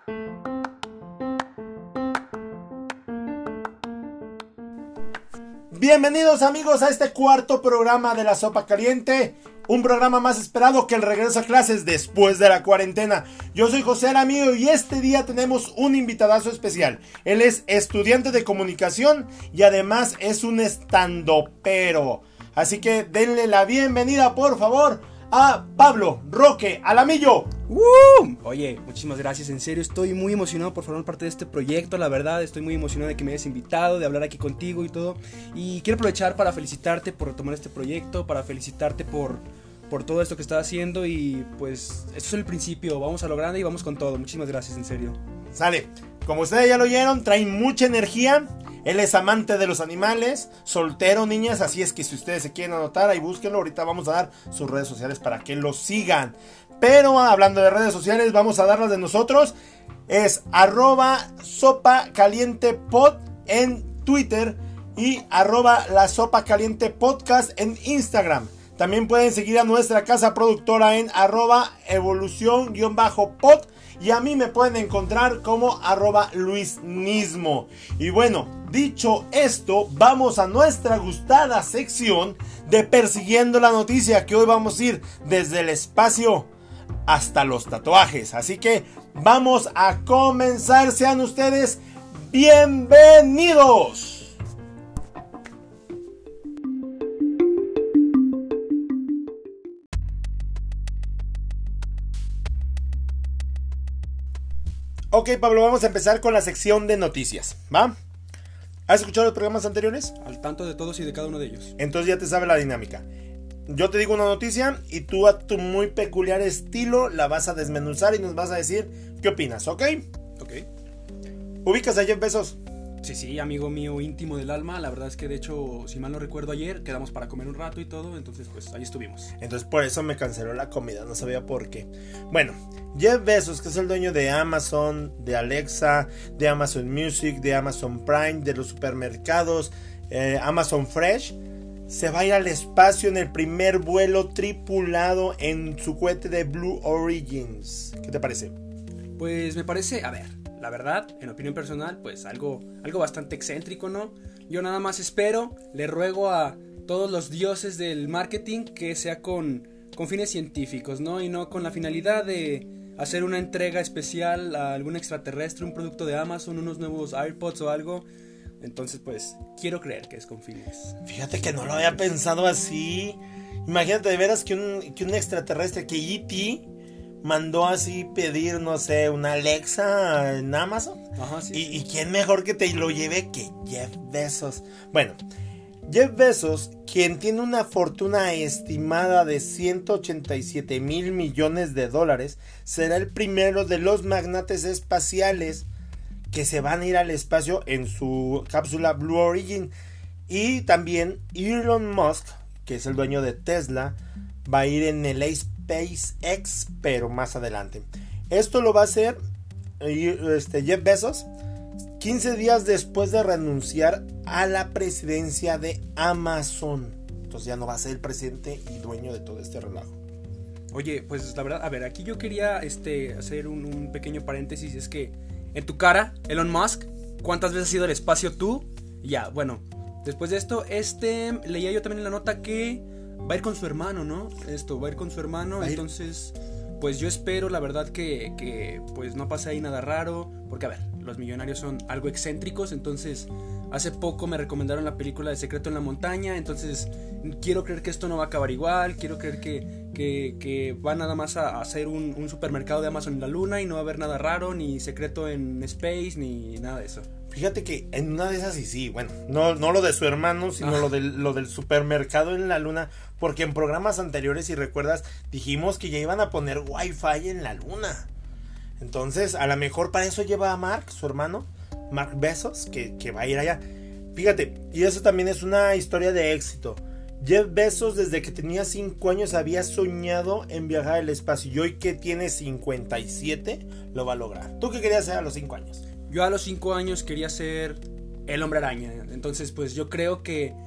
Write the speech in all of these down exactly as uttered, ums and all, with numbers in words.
Bienvenidos amigos a este cuarto programa de La Sopa Caliente, un programa más esperado que el regreso a clases después de la cuarentena. Yo soy José Aramillo y este día tenemos un invitadazo especial. Él es estudiante de comunicación y además es un estandopero. Así que denle la bienvenida por favor a Pablo Roque Alamillo. ¡Uh! Oye, muchísimas gracias, en serio, estoy muy emocionado por formar parte de este proyecto, la verdad, estoy muy emocionado de que me hayas invitado, de hablar aquí contigo y todo, y quiero aprovechar para felicitarte por tomar este proyecto, para felicitarte por, por todo esto que estás haciendo y pues, esto es el principio, vamos a lo grande y vamos con todo, muchísimas gracias, en serio. Sale, como ustedes ya lo oyeron, trae mucha energía. Él es amante de los animales, soltero, niñas, así es que si ustedes se quieren anotar, ahí búsquenlo. Ahorita vamos a dar sus redes sociales para que lo sigan. Pero hablando de redes sociales, vamos a dar las de nosotros. Es arroba sopa caliente pod en Twitter y arroba la sopa caliente podcast en Instagram. También pueden seguir a nuestra casa productora en arroba evolución-pod. Y a mí me pueden encontrar como arroba luisnismo. Y bueno, dicho esto, vamos a nuestra gustada sección de Persiguiendo la Noticia, que hoy vamos a ir desde el espacio hasta los tatuajes. Así que vamos a comenzar. Sean ustedes bienvenidos. Ok, Pablo, vamos a empezar con la sección de noticias, ¿va? ¿Has escuchado los programas anteriores? Al tanto de todos y de cada uno de ellos. Entonces ya te sabes la dinámica. Yo te digo una noticia y tú a tu muy peculiar estilo la vas a desmenuzar y nos vas a decir qué opinas, ¿ok? Ok. ¿Ubicas a Jeff Bezos? Sí, sí, amigo mío íntimo del alma, la verdad es que de hecho, si mal no recuerdo ayer, quedamos para comer un rato y todo, entonces pues ahí estuvimos. Entonces por eso me canceló la comida, no sabía por qué. Bueno, Jeff Bezos, que es el dueño de Amazon, de Alexa, de Amazon Music, de Amazon Prime, de los supermercados, eh, Amazon Fresh, se va a ir al espacio en el primer vuelo tripulado en su cohete de Blue Origins. ¿Qué te parece? Pues me parece, a ver, la verdad, en opinión personal, pues algo, algo bastante excéntrico, ¿no? Yo nada más espero, le ruego a todos los dioses del marketing que sea con, con fines científicos, ¿no? Y no con la finalidad de hacer una entrega especial a algún extraterrestre, un producto de Amazon, unos nuevos AirPods o algo. Entonces, pues, quiero creer que es con fines. Fíjate que no lo había pensado así. Imagínate de veras que un, que un extraterrestre, que E T mandó así pedir, no sé, una Alexa en Amazon. Ajá, sí. Y, y quién mejor que te lo lleve que Jeff Bezos. Bueno, Jeff Bezos, quien tiene una fortuna estimada de ciento ochenta y siete mil millones de dólares, será el primero de los magnates espaciales que se van a ir al espacio en su cápsula Blue Origin. Y también Elon Musk, que es el dueño de Tesla, va a ir en el SpaceX, pero más adelante. Esto lo va a hacer este, Jeff Bezos quince días después de renunciar a la presidencia de Amazon. Entonces ya no va a ser el presidente y dueño de todo este relajo. Oye, pues la verdad, a ver, aquí yo quería este, hacer un, un pequeño paréntesis. Es que en tu cara, Elon Musk, ¿cuántas veces has ido al espacio tú? Ya, bueno, después de esto, este, leía yo también en la nota que va a ir con su hermano, ¿no? Esto, va a ir con su hermano, entonces, pues yo espero, la verdad, que, que pues no pase ahí nada raro, porque a ver, los millonarios son algo excéntricos, entonces, hace poco me recomendaron la película de Secreto en la Montaña, entonces, quiero creer que esto no va a acabar igual, quiero creer que, que, que va nada más a hacer un, un supermercado de Amazon en la luna y no va a haber nada raro, ni secreto en Space, ni nada de eso. Fíjate que en una de esas y sí, bueno, no, no lo de su hermano, sino ah. lo, del, lo del supermercado en la luna, porque en programas anteriores, si recuerdas, dijimos que ya iban a poner Wi-Fi en la luna. Entonces, a lo mejor para eso lleva a Mark, su hermano, Mark Bezos, que, que va a ir allá. Fíjate, y eso también es una historia de éxito. Jeff Bezos desde que tenía cinco años había soñado en viajar al espacio y hoy que tiene cincuenta y siete lo va a lograr. ¿Tú qué querías hacer a los cinco años? Yo a los cinco años quería ser el Hombre Araña, entonces pues yo creo que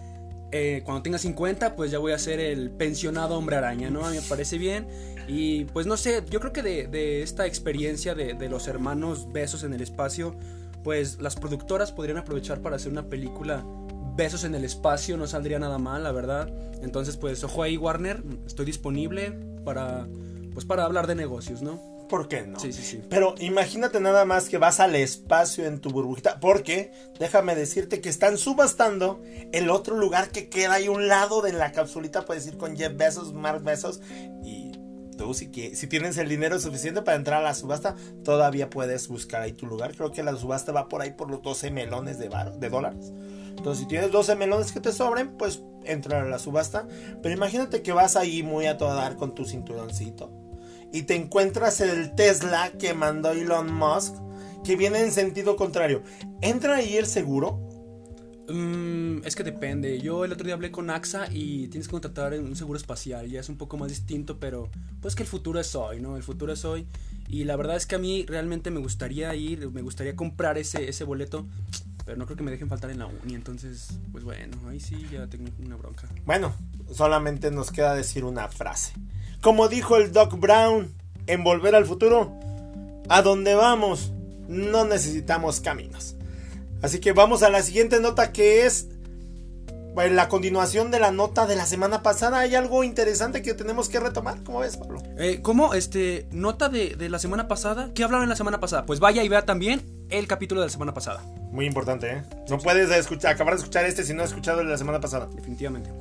Eh, cuando tenga cincuenta, pues ya voy a ser el pensionado hombre araña, ¿no? A mí me parece bien. Y pues no sé, yo creo que de, de esta experiencia de, de los hermanos Besos en el espacio, pues las productoras podrían aprovechar para hacer una película Besos en el espacio, no saldría nada mal, la verdad. Entonces pues ojo ahí, Warner, estoy disponible para, pues para hablar de negocios, ¿no? ¿Por qué no? Sí, sí, sí. Pero imagínate nada más que vas al espacio en tu burbujita, porque déjame decirte que están subastando el otro lugar que queda ahí a un lado de la capsulita. Puedes ir con Jeff Bezos, Mark Bezos, y tú si, que, si tienes el dinero suficiente para entrar a la subasta, todavía puedes buscar ahí tu lugar. Creo que la subasta va por ahí por los doce melones de, bar, de dólares. Entonces si tienes doce melones que te sobren, pues entra a la subasta. Pero imagínate que vas ahí muy a toda dar con tu cinturoncito y te encuentras el Tesla que mandó Elon Musk, que viene en sentido contrario. ¿Entra ahí el seguro? Mm, es que depende. Yo el otro día hablé con A X A y tienes que contratar un seguro espacial. Ya es un poco más distinto, pero pues que el futuro es hoy, ¿no? El futuro es hoy. Y la verdad es que a mí realmente me gustaría ir, me gustaría comprar ese, ese boleto, pero no creo que me dejen faltar en la uni. Entonces, pues bueno, ahí sí ya tengo una bronca. Bueno, solamente nos queda decir una frase. Como dijo el Doc Brown en Volver al Futuro, a donde vamos no necesitamos caminos. Así que vamos a la siguiente nota, que es pues, la continuación de la nota de la semana pasada. Hay algo interesante que tenemos que retomar. ¿Cómo ves, Pablo? Eh, ¿Cómo? Este, nota de, de la semana pasada. ¿Qué hablaron en la semana pasada? Pues vaya y vea también el capítulo de la semana pasada. Muy importante, ¿eh? No puedes escuchar, acabar de escuchar este si no has escuchado el de la semana pasada. Definitivamente.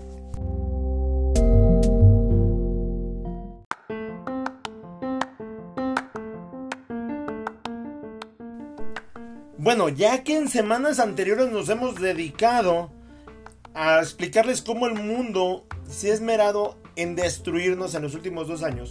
Bueno, ya que en semanas anteriores nos hemos dedicado a explicarles cómo el mundo se ha esmerado en destruirnos en los últimos dos años,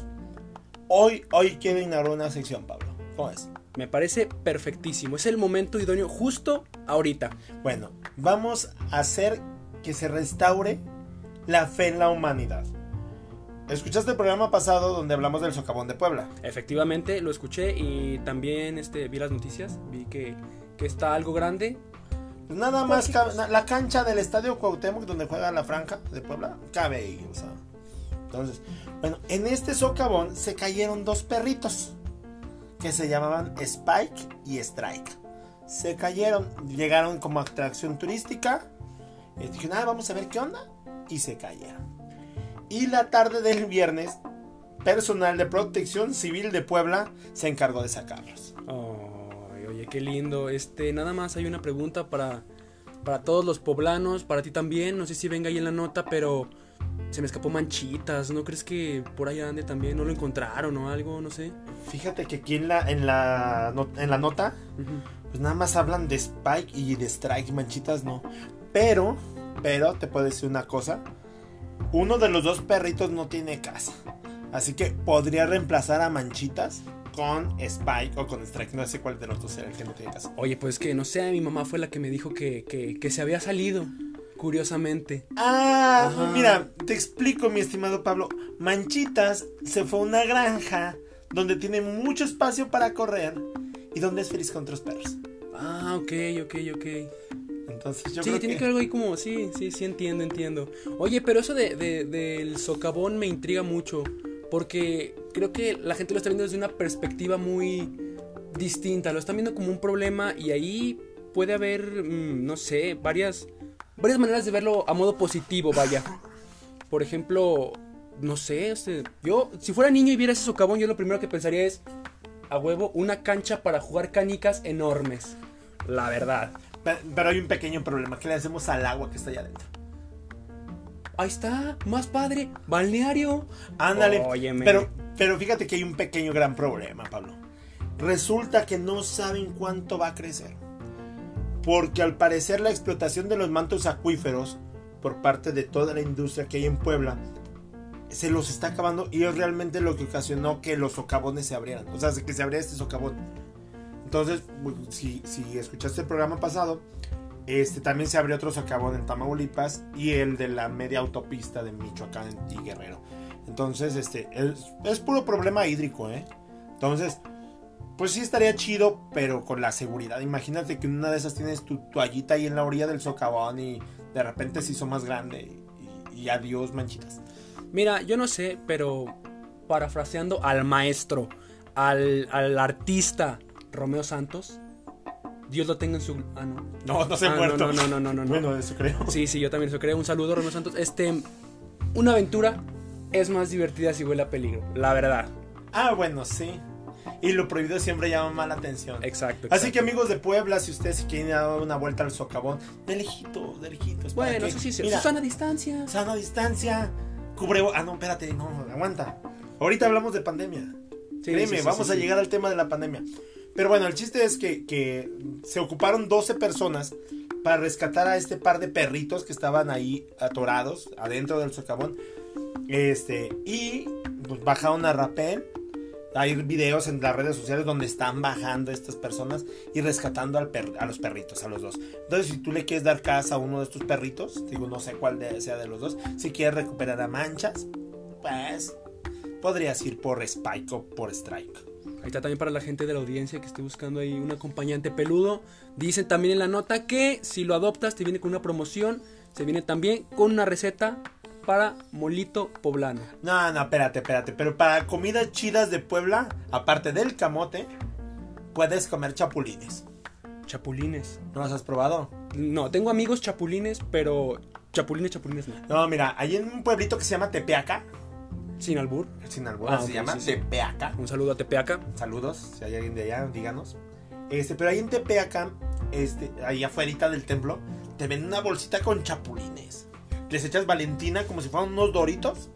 hoy, hoy quiero inaugurar una sección, Pablo. ¿Cómo es? Me parece perfectísimo. Es el momento idóneo justo ahorita. Bueno, vamos a hacer que se restaure la fe en la humanidad. ¿Escuchaste el programa pasado donde hablamos del socavón de Puebla? Efectivamente, lo escuché y también este, vi las noticias. Vi que, que está algo grande. Pues nada más cabe, la cancha del Estadio Cuauhtémoc donde juega la Franja de Puebla cabe ahí, o sea. Entonces, bueno, en este socavón se cayeron dos perritos que se llamaban Spike y Strike. Se cayeron, llegaron como atracción turística. Y dije, nada, vamos a ver qué onda. Y se cayeron. Y la tarde del viernes, personal de Protección Civil de Puebla se encargó de sacarlos. Oh, oye, qué lindo. Este, nada más hay una pregunta para, para todos los poblanos, para ti también. No sé si venga ahí en la nota, pero se me escapó Manchitas. ¿No crees que por ahí ande también? ¿No lo encontraron o algo? No sé. Fíjate que aquí en la, en la, en la nota, uh-huh, pues nada más hablan de Spike y de Strike. Manchitas no. Pero, pero te puedo decir una cosa. Uno de los dos perritos no tiene casa. Así que podría reemplazar a Manchitas con Spike o con Strike. No sé cuál de los dos era el que no tiene casa. Oye, pues que no sé, mi mamá fue la que me dijo que, que, que se había salido, curiosamente. Ah, ajá. Mira, te explico, mi estimado Pablo. Manchitas se fue a una granja donde tiene mucho espacio para correr y donde es feliz con otros perros. Ah, ok, ok, ok. Entonces yo sí, creo tiene que... que ver algo ahí como, sí, sí, sí, entiendo, entiendo. Oye, pero eso de, de, del socavón me intriga mucho, porque creo que la gente lo está viendo desde una perspectiva muy distinta, lo están viendo como un problema y ahí puede haber, mmm, no sé, varias, varias maneras de verlo a modo positivo, vaya. Por ejemplo, no sé, este, yo, si fuera niño y viera ese socavón, yo lo primero que pensaría es, a huevo, una cancha para jugar canicas enormes, la verdad. Pero hay un pequeño problema. ¿Qué le hacemos al agua que está allá adentro? Ahí está, más padre, balneario. Ándale. Óyeme. Pero, pero fíjate que hay un pequeño gran problema, Pablo. Resulta que no saben cuánto va a crecer. Porque al parecer la explotación de los mantos acuíferos por parte de toda la industria que hay en Puebla se los está acabando y es realmente lo que ocasionó que los socavones se abrieran. O sea, que se abriera este socavón. Entonces, si, si escuchaste el programa pasado, este también se abrió otro socavón en Tamaulipas y el de la media autopista de Michoacán y Guerrero. Entonces, este es, es puro problema hídrico, ¿eh? Entonces, pues sí estaría chido, pero con la seguridad. Imagínate que en una de esas tienes tu toallita ahí en la orilla del socavón y de repente se hizo más grande y, y adiós manchitas. Mira, yo no sé, pero parafraseando al maestro, al, al artista Romeo Santos, Dios lo tenga en su... Ah, no. No, no se ha ah, muerto. No, no, no, no, no, no. Bueno, eso creo. Sí, sí, yo también eso creo. Un saludo, Romeo Santos. Este, una aventura es más divertida si huele a peligro, la verdad. Ah, bueno, sí. Y lo prohibido siempre llama más la atención. Exacto, exacto. Así que amigos de Puebla, si ustedes quieren dar una vuelta al socavón, de lejitos, de lejitos. Bueno, que, eso sí, mira, sana distancia. sana distancia, cubre... Ah, no, espérate, no, aguanta. Ahorita hablamos de pandemia. Sí, Créeme, sí, sí, vamos sí, a sí. llegar al tema de la pandemia. Pero bueno, el chiste es que, que se ocuparon doce personas para rescatar a este par de perritos que estaban ahí atorados adentro del socavón. Este, y pues bajaron a rapel. Hay videos en las redes sociales donde están bajando estas personas y rescatando al per, a los perritos, a los dos. Entonces, si tú le quieres dar casa a uno de estos perritos, digo, no sé cuál de, sea de los dos, si quieres recuperar a Manchas, pues podrías ir por Spike o por Strike. Ahí está también para la gente de la audiencia que esté buscando ahí un acompañante peludo. Dicen también en la nota que si lo adoptas te viene con una promoción, se viene también con una receta para molito poblano. No, no, espérate, espérate. Pero para comidas chidas de Puebla, aparte del camote, puedes comer chapulines. Chapulines. ¿No los has probado? No, tengo amigos chapulines, pero chapulines, chapulines no. No, mira, hay en un pueblito que se llama Tepeaca. Sin albur. Sin albur, Ah, se ok, llama sí, sí. Tepeaca. Un saludo a Tepeaca. Saludos, si hay alguien de allá, díganos. Este, pero ahí en Tepeaca, este, ahí afuera del templo, te venden una bolsita con chapulines. Les echas Valentina como si fueran unos Doritos.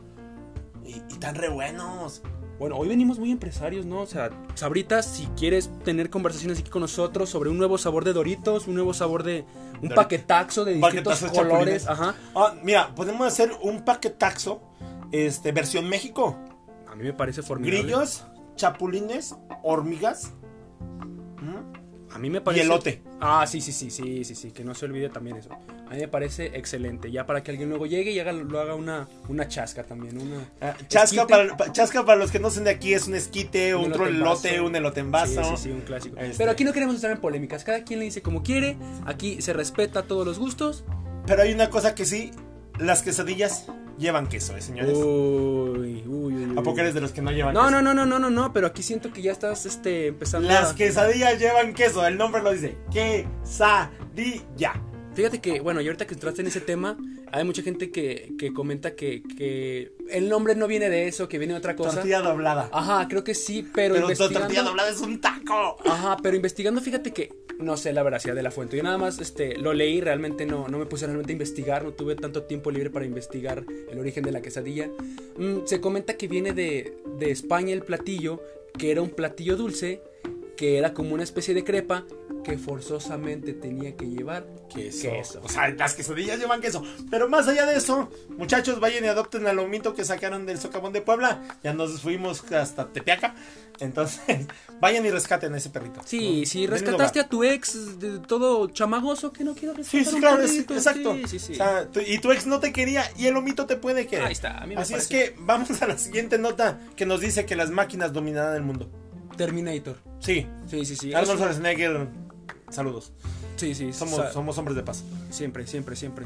Y, y están re buenos. Bueno, hoy venimos muy empresarios, ¿no? O sea, Sabritas, si quieres tener conversaciones aquí con nosotros sobre un nuevo sabor de Doritos, un nuevo sabor de... Un Dorito. paquetaxo de distintos Paquetazo de colores. chapulines. Ajá. Ah, mira, podemos hacer un paquetaxo, este, versión México. A mí me parece formidable. Grillos, chapulines, hormigas. ¿Mm? A mí me parece... Y elote. Ah, sí, sí, sí, sí, sí, sí, que no se olvide también eso. A mí me parece excelente, ya para que alguien luego llegue y haga, lo haga una, una chasca también, una... Ah, chasca, esquite. para, pa- chasca para los que no son de aquí es un esquite, Un otro elote en elote, vaso. un elote en vaso. Sí, sí, sí, un clásico. Este. Pero aquí no queremos estar en polémicas, cada quien le dice como quiere, aquí se respeta todos los gustos. Pero hay una cosa que sí, las quesadillas llevan queso, ¿eh, señores? Uy, uy, uy, uy. ¿A poco eres de los que no llevan No, queso? no, no, no, no, no, no, pero aquí siento que ya estás este, empezando Las a... quesadillas llevan queso, el nombre lo dice. Quesadilla. Fíjate que, bueno, y ahorita que entraste en ese tema, hay mucha gente que, que comenta que, que el nombre no viene de eso, que viene de otra cosa. Tortilla doblada. Ajá, creo que sí, pero, Pero tu investigando... tortilla doblada es un taco. Ajá, pero investigando, fíjate que no sé la veracidad de la fuente. Yo nada más este, lo leí, realmente no, no me puse realmente a investigar, no tuve tanto tiempo libre para investigar el origen de la quesadilla. Mm, se comenta que viene de, de España el platillo, que era un platillo dulce, que era como una especie de crepa, que forzosamente tenía que llevar Queso. queso. O sea, las quesadillas llevan queso. Pero más allá de eso, muchachos, vayan y adopten al lomito que sacaron del socavón de Puebla. Ya nos fuimos hasta Tepeaca. Entonces, vayan y rescaten a ese perrito. Sí, ¿no? si Denle rescataste lugar. a tu ex de todo chamagoso, que no quiero rescatar Sí, sí, un claro, es- perrito. exacto. Sí, sí, sí. O sea, tu- y tu ex no te quería y el lomito te puede querer. Ahí está, a mí me Así es parece. que vamos a la siguiente nota que nos dice que las máquinas dominarán el mundo. Terminator. Sí, Sí, sí, sí. Arnold Eso- Schwarzenegger, saludos. Sí, sí, Somos, o sea, somos hombres de paz. siempre, siempre, siempre.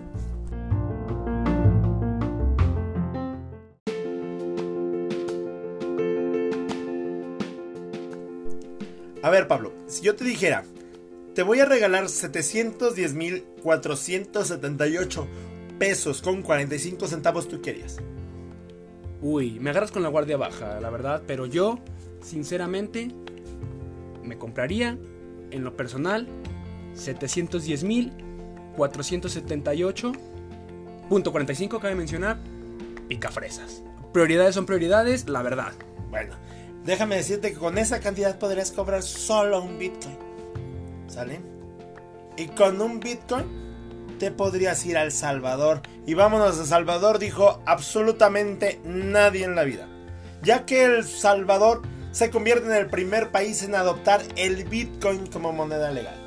A ver, Pablo, si yo te dijera, te voy a regalar setecientos diez mil cuatrocientos setenta y ocho pesos con cuarenta y cinco centavos, ¿tú querías? Uy, me agarras con la guardia baja, la verdad, pero yo, sinceramente, me compraría, en lo personal, setecientos diez mil cuatrocientos setenta y ocho punto cuarenta y cinco, cabe mencionar, picafresas. Prioridades son prioridades, la verdad. Bueno, déjame decirte que con esa cantidad podrías cobrar solo un Bitcoin. ¿Sale? Y con un Bitcoin te podrías ir a El Salvador. Y vámonos a Salvador, dijo absolutamente nadie en la vida. Ya que El Salvador se convierte en el primer país en adoptar el Bitcoin como moneda legal.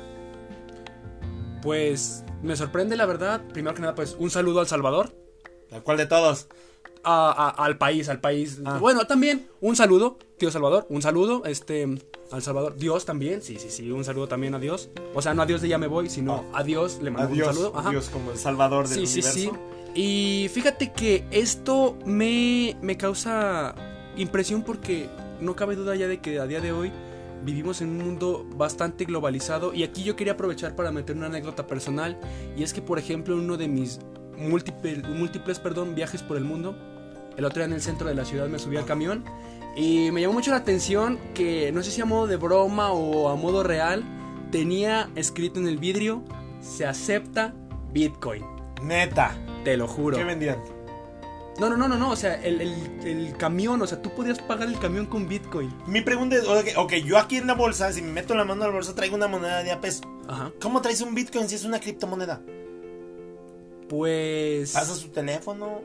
Pues me sorprende, la verdad. Primero que nada, pues un saludo al Salvador. ¿A cuál de todos? a, a, al país, al país. Ah. Bueno, también un saludo, tío Salvador, un saludo, este, al Salvador. Dios también, sí, sí, sí, un saludo también a Dios. O sea, no a Dios de ya me voy, sino Ah. a Dios le mando Adiós, un saludo. Ajá. Dios como el salvador del Sí, sí, universo. sí. Y fíjate que esto me, me causa impresión porque no cabe duda ya de que a día de hoy vivimos en un mundo bastante globalizado. Y aquí yo quería aprovechar para meter una anécdota personal. Y es que, por ejemplo, en uno de mis múltiples, múltiples perdón, viajes por el mundo, el otro día en el centro de la ciudad me subí al camión y me llamó mucho la atención que, no sé si a modo de broma o a modo real, tenía escrito en el vidrio: se acepta Bitcoin. Neta. Te lo juro. ¿Qué vendían? No, no, no, no, no, o sea, el, el, el camión, o sea, tú podías pagar el camión con Bitcoin. Mi pregunta es, ok, ok, yo aquí en la bolsa, si me meto la mano en la bolsa, traigo una moneda de a peso. Ajá. ¿Cómo traes un Bitcoin si es una criptomoneda? Pues... ¿Pasa su teléfono?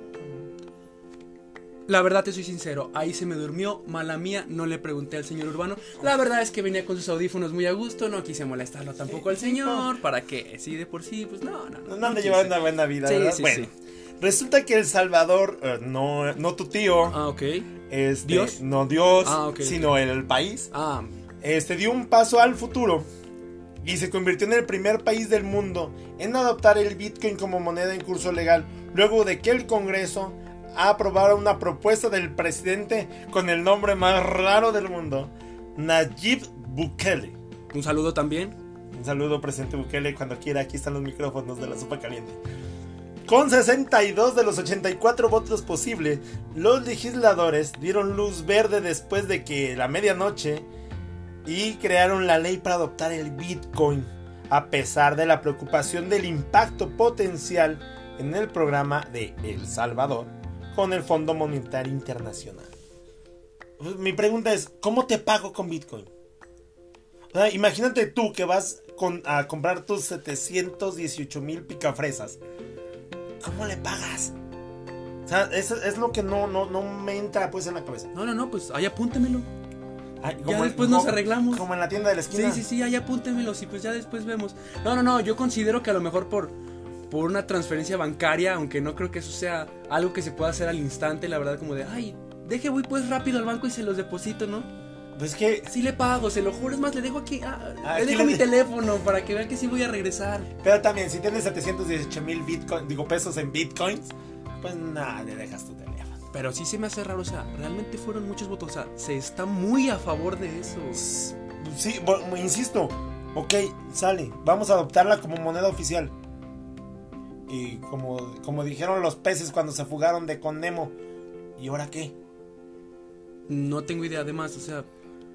La verdad te soy sincero, ahí se me durmió, mala mía, no le pregunté al señor Urbano. La verdad es que venía con sus audífonos muy a gusto, no quise molestarlo tampoco al señor, ¿para qué? Sí, de por sí, pues no, no. No, No, han de quise. llevar una buena vida, Sí, ¿verdad? sí, bueno, sí. resulta que El Salvador, eh, no, no tu tío, Ah, ok. este, ¿Dios? no Dios, Ah, ok, sino ok. el, el país, Ah, este, dio un paso al futuro y se convirtió en el primer país del mundo en adoptar el Bitcoin como moneda en curso legal, luego de que el Congreso aprobara una propuesta del presidente con el nombre más raro del mundo, Nayib Bukele. un saludo también. Un saludo, presidente Bukele, cuando quiera, aquí están los micrófonos de la sopa caliente. Con sesenta y dos de los ochenta y cuatro votos posibles, los legisladores dieron luz verde después de que la medianoche y crearon la ley para adoptar el Bitcoin, a pesar de la preocupación del impacto potencial en el programa de El Salvador con el Fondo Monetario Internacional. Mi pregunta es, ¿cómo te pago con Bitcoin? O sea, imagínate tú que vas con, a comprar tus setecientos dieciocho mil picafresas. ¿Cómo le pagas? O sea, eso es lo que no, no, no me entra pues en la cabeza. No, no, no, pues ahí apúntemelo. Ay, Ya en- después nos como- arreglamos. Como en la tienda de la Sí, esquina. sí, sí, ahí apúntemelos y pues ya después vemos. No, no, no, yo considero que a lo mejor por, por una transferencia bancaria, aunque no creo que eso sea algo que se pueda hacer al instante, la verdad, como de, ay, deje, voy pues rápido al banco y se los deposito, ¿no? Pues que, Sí le pago, se lo juro, es más, le dejo aquí, ah, Ah, le aquí dejo le- mi teléfono para que vean que sí voy a regresar. pero también, si tienes setecientos dieciocho mil bitcoin, digo, pesos en bitcoins, pues nada, le dejas tu teléfono. Pero sí se me hace raro, o sea, realmente fueron muchos votos, o sea, se está muy a favor de eso. Sí, bo- insisto, ok, sale, vamos a adoptarla como moneda oficial. Y como, como dijeron los peces cuando se fugaron de con Nemo, ¿y ahora qué? No tengo idea, además, o sea...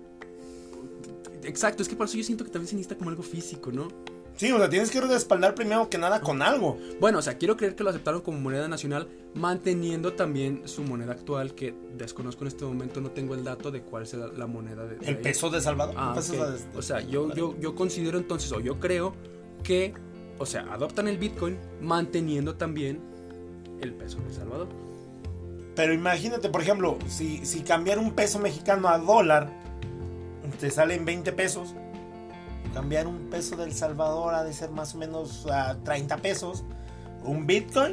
Exacto, es que por eso yo siento que también se necesita como algo físico, ¿no? Sí, o sea, tienes que respaldar primero que nada con algo. Bueno, o sea, quiero creer que lo aceptaron como moneda nacional, manteniendo también su moneda actual, que desconozco en este momento, no tengo el dato de cuál será la moneda de, de El ahí. peso de Salvador. Ah, el peso ok. de- O sea, yo, yo, yo considero entonces, o yo creo que, o sea, adoptan el Bitcoin manteniendo también el peso de El Salvador. Pero imagínate, por ejemplo, si, si cambiar un peso mexicano a dólar te salen veinte pesos. Cambiar un peso del Salvador ha de ser más o menos a treinta pesos. Un Bitcoin.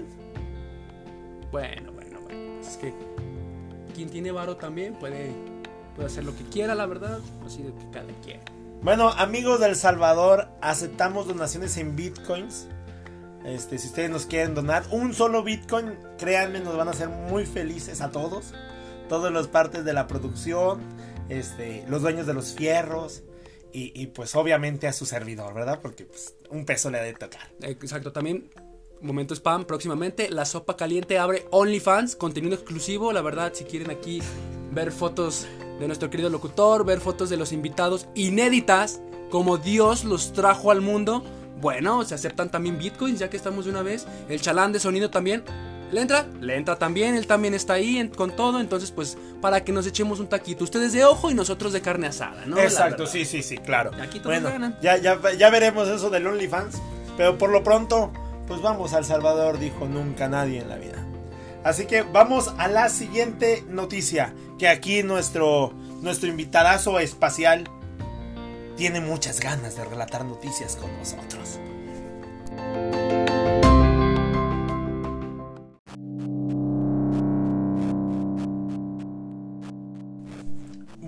Bueno, bueno, bueno, pues es que quien tiene varo también puede, puede hacer lo que quiera, la verdad, así de que cada quien. Bueno, amigos del Salvador, aceptamos donaciones en Bitcoins. Este, si ustedes nos quieren donar un solo Bitcoin, créanme, nos van a hacer muy felices a todos. Todas las partes de la producción, este, los dueños de los fierros y, y pues obviamente a su servidor, ¿verdad? Porque pues un peso le ha de tocar. Exacto, también, momento spam, próximamente, La Sopa Caliente abre OnlyFans, contenido exclusivo, la verdad, si quieren aquí ver fotos de nuestro querido locutor, ver fotos de los invitados inéditas, como Dios los trajo al mundo, bueno, se aceptan también bitcoins, ya que estamos de una vez, el chalán de sonido también, ¿le entra? Le entra también, él también está ahí en, con todo, entonces pues, para que nos echemos un taquito, ustedes de ojo y nosotros de carne asada, ¿no? Exacto, sí, sí, sí, claro. Aquí todos Bueno, ganan. ya, ya, ya veremos eso del OnlyFans, pero por lo pronto, pues vamos al Salvador, dijo nunca nadie en la vida. Así que vamos a la siguiente noticia, que aquí nuestro, nuestro invitadazo espacial tiene muchas ganas de relatar noticias con nosotros.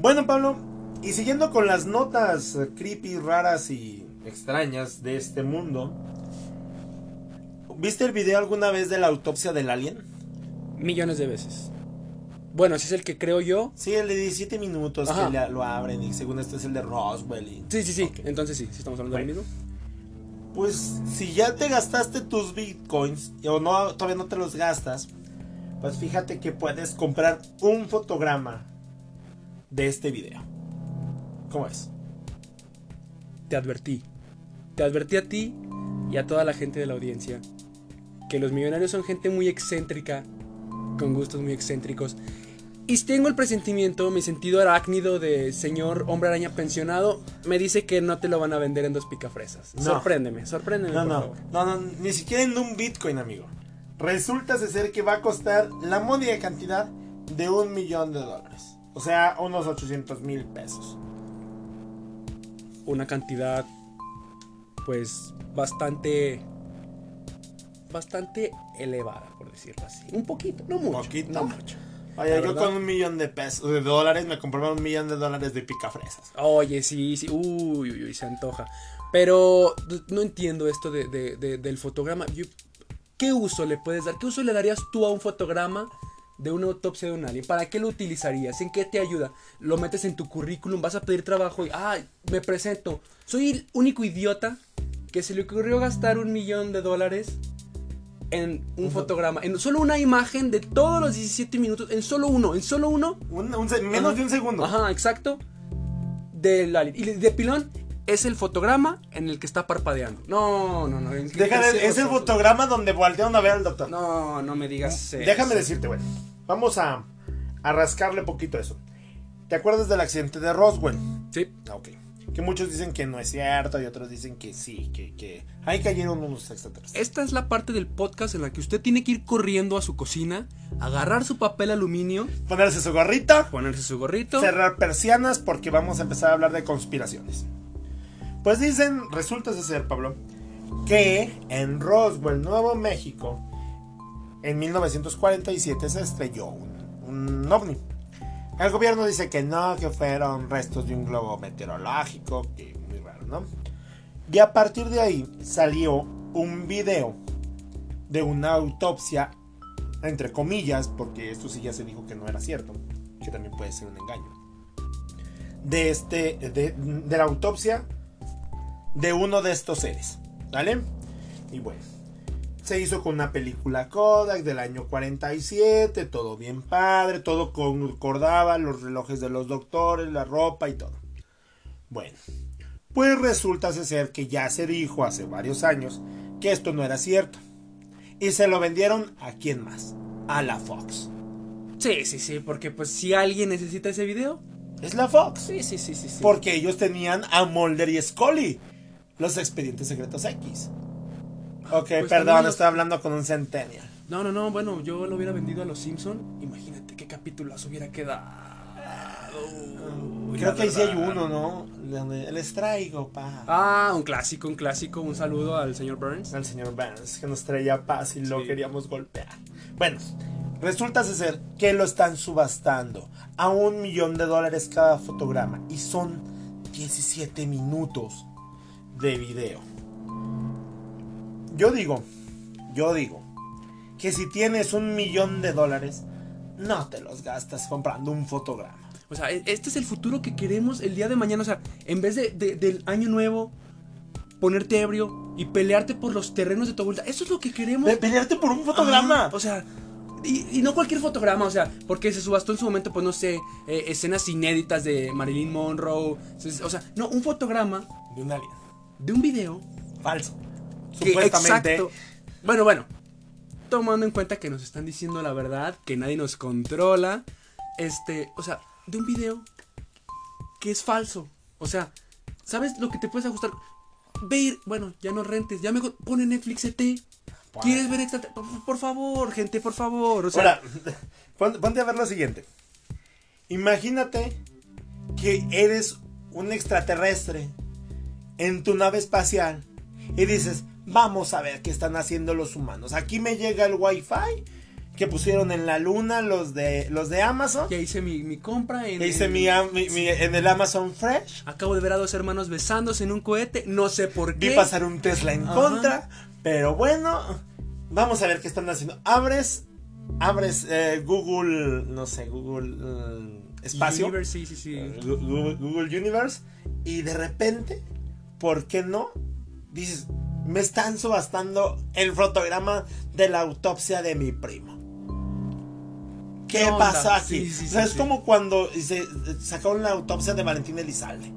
Bueno, Pablo, y siguiendo con las notas eh, creepy, raras y extrañas de este mundo, ¿viste el video alguna vez de la autopsia del alien? Millones de veces. Bueno, ese es el que creo yo. Sí, el de diecisiete minutos. Ajá. Que le- lo abren y según esto es el de Roswell. Y... Sí, sí, sí. Ok. Entonces sí, sí estamos hablando Bueno. del mismo. Pues si ya te gastaste tus bitcoins o no, todavía no te los gastas, pues fíjate que puedes comprar un fotograma de este video. ¿Cómo es? Te advertí. Te advertí a ti y a toda la gente de la audiencia que los millonarios son gente muy excéntrica, con gustos muy excéntricos. Y tengo el presentimiento, mi sentido arácnido de señor hombre araña pensionado, me dice que no te lo van a vender en dos picafresas. No. Sorpréndeme, sorpréndeme, No, por no, favor. no, no, ni siquiera en un bitcoin, amigo. Resulta ser que va a costar la módica cantidad de un millón de dólares. O sea, unos ochocientos mil pesos. Una cantidad, pues, bastante... Bastante elevada, por decirlo así. Un poquito, no mucho. ¿Poquito? No mucho. Vaya, La yo verdad. con un millón de pesos, de dólares, me compraba un millón de dólares de picafresas. Oye, sí, sí, uy, uy, uy, se antoja. Pero d- no entiendo esto de, de- de- del fotograma. Yo- ¿Qué uso le puedes dar? ¿Qué uso le darías tú a un fotograma de una autopsia de un alien? ¿Para qué lo utilizarías? ¿En qué te ayuda? ¿Lo metes en tu currículum? ¿Vas a pedir trabajo? Y, ah, me presento. Soy el único idiota que se le ocurrió gastar un millón de dólares en un Ujú. fotograma. En solo una imagen de todos los diecisiete minutos. En solo uno, en solo uno. Un, un se- menos Ajá. de un segundo. Ajá, exacto. Del alien. Y de pilón es el fotograma en el que está parpadeando. No, no, no. ¿en qué Deja de- tercero es el sos? fotograma donde voltearon a ver al doctor. No, no me digas eso. Déjame decirte, bueno, vamos a, a rascarle poquito eso. ¿Te acuerdas del accidente de Roswell? Sí. Ah, ok. Que muchos dicen que no es cierto y otros dicen que sí, que, que ahí cayeron unos extraterrestres. Esta es la parte del podcast en la que usted tiene que ir corriendo a su cocina, agarrar su papel aluminio, Ponerse su gorrita, ponerse su gorrito. cerrar persianas porque vamos a empezar a hablar de conspiraciones. Pues dicen, resulta ser, Pablo, que en Roswell, Nuevo México, en mil novecientos cuarenta y siete se estrelló un, un ovni. El gobierno dice que no, que fueron restos de un globo meteorológico, que muy raro, ¿no? Y a partir de ahí salió un video de una autopsia, entre comillas, porque esto sí ya se dijo que no era cierto, que también puede ser un engaño, de, este, de, de la autopsia de uno de estos seres, ¿vale? Y bueno, se hizo con una película Kodak del año cuarenta y siete, todo bien padre, todo concordaba, los relojes de los doctores, la ropa y todo. Bueno, pues resulta ser que ya se dijo hace varios años que esto no era cierto. Y se lo vendieron a quién más, a la Fox. Sí, sí, sí, porque pues si alguien necesita ese video. Es la Fox. Sí, sí, sí, sí, sí. Porque ellos tenían a Mulder y Scully, los expedientes secretos X. Ok, Pues perdón, también los- estoy hablando con un centennial. No, no, no, bueno, yo lo hubiera vendido a los Simpson. Imagínate qué capítulos hubiera quedado. Uy, Creo la que ahí sí hay verdad. uno, ¿no? Donde les traigo paz. Ah, un clásico, un clásico. Un saludo al señor Burns. Al señor Vance, que nos traía paz y lo Sí. queríamos golpear. Bueno, resulta ser que lo están subastando a un millón de dólares cada fotograma. Y son diecisiete minutos de video. Yo digo, yo digo, que si tienes un millón de dólares, no te los gastas comprando un fotograma. O sea, e- este es el futuro que queremos el día de mañana. O sea, en vez de, de- del año nuevo, ponerte ebrio y pelearte por los terrenos de tu abuelita. Eso es lo que queremos. Pe- Pelearte por un fotograma. Ajá, o sea, y, y no cualquier fotograma, o sea, porque se subastó en su momento, pues no sé, eh, escenas inéditas de Marilyn Monroe. se- O sea, no, un fotograma De un alien. de un video. Falso. Que, Supuestamente. exacto. Bueno, bueno. Tomando en cuenta que nos están diciendo la verdad, que nadie nos controla. Este, o sea, de un video que es falso. O sea, ¿sabes lo que te puedes ajustar? Ve ir, bueno, ya no rentes, ya mejor pone Netflix E T. ¿Quieres ver extra? Por, por favor, gente, por favor. O sea, Ahora, pon- ponte a ver lo siguiente. Imagínate que eres un extraterrestre en tu nave espacial y dices, vamos a ver qué están haciendo los humanos. Aquí me llega el wifi que pusieron en la luna los de los de Amazon. Ya hice mi, mi compra en, Ya hice en, mi, mi, mi, en el Amazon Fresh. Acabo de ver a dos hermanos besándose en un cohete, no sé por qué. Vi pasar un Tesla en Ajá. contra, pero bueno, vamos a ver qué están haciendo. Abres, abres eh, Google, no sé, Google uh, Espacio. Universe, sí, sí, sí. Uh, Google, Google Universe. Y de repente, ¿por qué no? Dices, me están subastando el fotograma de la autopsia de mi primo. ¿Qué, ¿Qué onda? pasó aquí? Sí, sí, o sea, sí, es sí. como cuando se sacaron la autopsia de Valentín Elizalde.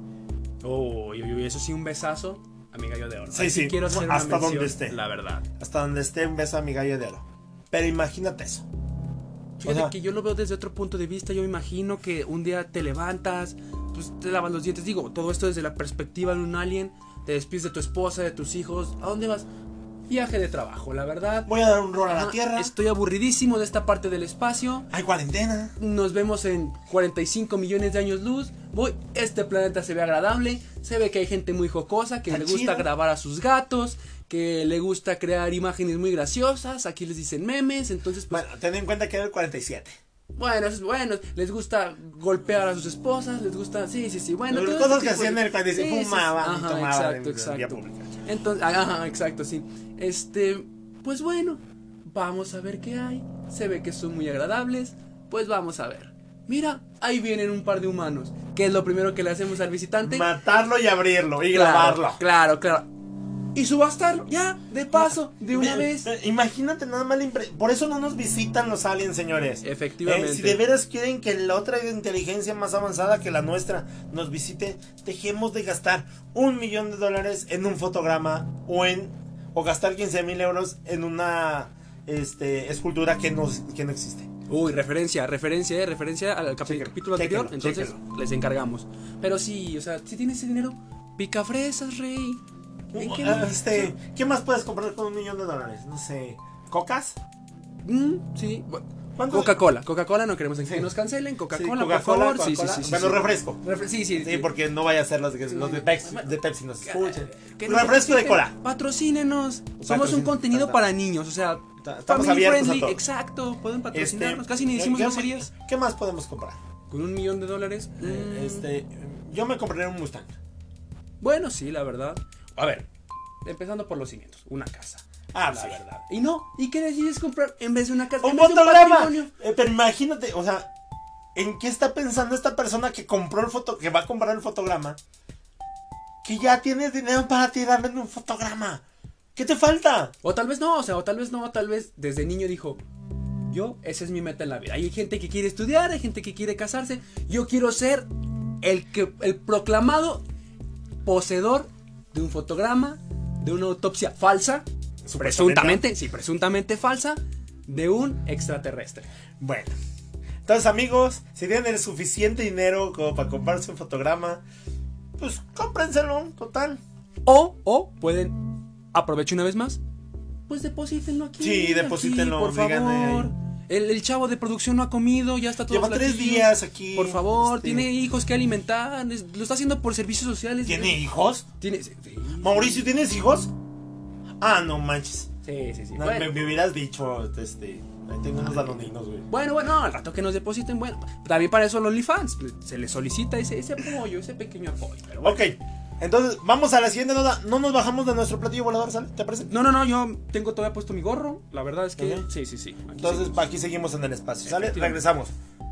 Oh, y, y eso sí, un besazo a mi gallo de oro. Sí, Ahí sí, quiero hacer hasta una mención, donde esté. La verdad. Hasta donde esté un beso a mi gallo de oro. Pero imagínate eso. Fíjate O sea, que yo lo veo desde otro punto de vista. Yo me imagino que un día te levantas, pues te lavas los dientes. Digo, todo esto desde la perspectiva de un alien. Te despides de tu esposa, de tus hijos. ¿A dónde vas? Viaje de trabajo, la verdad. voy a dar un rol a la Ajá, Tierra. Estoy aburridísimo de esta parte del espacio. Hay cuarentena. Nos vemos en cuarenta y cinco millones de años luz. Voy, este planeta se ve agradable. Se ve que hay gente muy jocosa, que Está le gusta chido. grabar a sus gatos, que le gusta crear imágenes muy graciosas. Aquí les dicen memes, entonces pues Bueno, ten en cuenta que era el cuarenta y siete. bueno, es bueno, les gusta golpear a sus esposas, les gusta, sí, sí, sí, bueno. Las todo cosas ese que tipo de- hacían en el cuarenta y siete, Sí, sí, sí. fumaban y Ajá, tomaban exacto, en- en exacto. vía pública. Entonces, ajá, exacto, sí. Este, pues bueno, vamos a ver qué hay. Se ve que son muy agradables, pues vamos a ver. Mira, ahí vienen un par de humanos. ¿Qué es lo primero que le hacemos al visitante? Matarlo y abrirlo y Claro, grabarlo. Claro, claro. Y subastarlo, ya, de paso, de una Ve- vez. ve- Imagínate nada más la impre- Por eso no nos visitan los aliens, señores. Efectivamente. Eh, si de veras quieren que la otra inteligencia más avanzada que la nuestra nos visite, dejemos de gastar un millón de dólares en un fotograma o en o gastar quince mil euros en una este, escultura que no, que no existe. Uy, referencia, referencia, eh, referencia al capi- Chéquenlo, capítulo anterior. chéquenlo, Entonces chéquenlo. les encargamos. Pero sí, o sea, si tienes ese dinero, pica fresas, rey. ¿En Uh, qué ah, no? este, ¿Qué más puedes comprar con un millón de dólares? No sé. ¿Cocas? Mm, sí. Bueno, ¿Cuánto? Coca-Cola, Coca-Cola, no queremos que Sí. nos cancelen. Sí, Coca-Cola, por Coca-Cola, favor. Sí, sí, Coca-Cola. sí, sí, Bueno, sí. refresco. Refre- sí, sí, Sí, porque no vaya a ser los de, los de Pepsi, de Pepsi nos escuchen. Que nos Refresco de visiten, cola. Patrocínenos. Somos un Patrocinen. contenido Ta- ta- para niños, o sea, Ta- estamos family abiertos a friendly. todo. Exacto, pueden patrocinarnos. Este, Casi ni decimos ¿qué- groserías. ¿Qué más podemos comprar? Con un millón de dólares. mm, Este, yo me compraría un Mustang. Bueno, sí, la verdad. A ver, empezando por los cimientos. Una casa. Ah, la sí. verdad. Y no, ¿y qué decides comprar en vez de una casa? Un En vez de fotograma. patrimonio? Eh, pero imagínate, o sea, ¿en qué está pensando esta persona que compró el foto, que va a comprar el fotograma? Que ya tienes dinero para tirarme en un fotograma. ¿Qué te falta? O tal vez no, o sea, o tal vez no, tal vez desde niño dijo, yo, esa es mi meta en la vida. Hay gente que quiere estudiar, hay gente que quiere casarse. Yo quiero ser el que, el proclamado poseedor de un fotograma, de una autopsia falsa, presuntamente, sí, presuntamente falsa, de un extraterrestre. Bueno, entonces amigos, si tienen el suficiente dinero como para comprarse un fotograma, pues cómprenselo, total. O, o pueden, aprovecho una vez más, pues deposítenlo aquí. Sí, aquí, deposítenlo, por díganle favor. ahí. El, el chavo de producción no ha comido, ya está todo Lleva tres flaquillo. días aquí. Por favor, este, tiene hijos que alimentar, es- lo está haciendo por servicios sociales. ¿Tiene hijos? Tiene, sí, Mauricio, ¿tienes hijos? Ah, no manches. sí, sí, sí. No, Bueno, me, me hubieras dicho, este, ahí tengo unos danoninos, güey. bueno, bueno, al rato que nos depositen, bueno, también para eso los OnlyFans, se les solicita ese, ese apoyo, ese pequeño apoyo. Pero bueno. Ok, entonces vamos a la siguiente nota. No nos bajamos de nuestro platillo volador, ¿sale? ¿Te parece? No, no, no, yo tengo todavía puesto mi gorro, la verdad es que Ujú. sí, sí, sí. Aquí Entonces seguimos. aquí seguimos en el espacio, ¿sale? Efectivamente. Regresamos.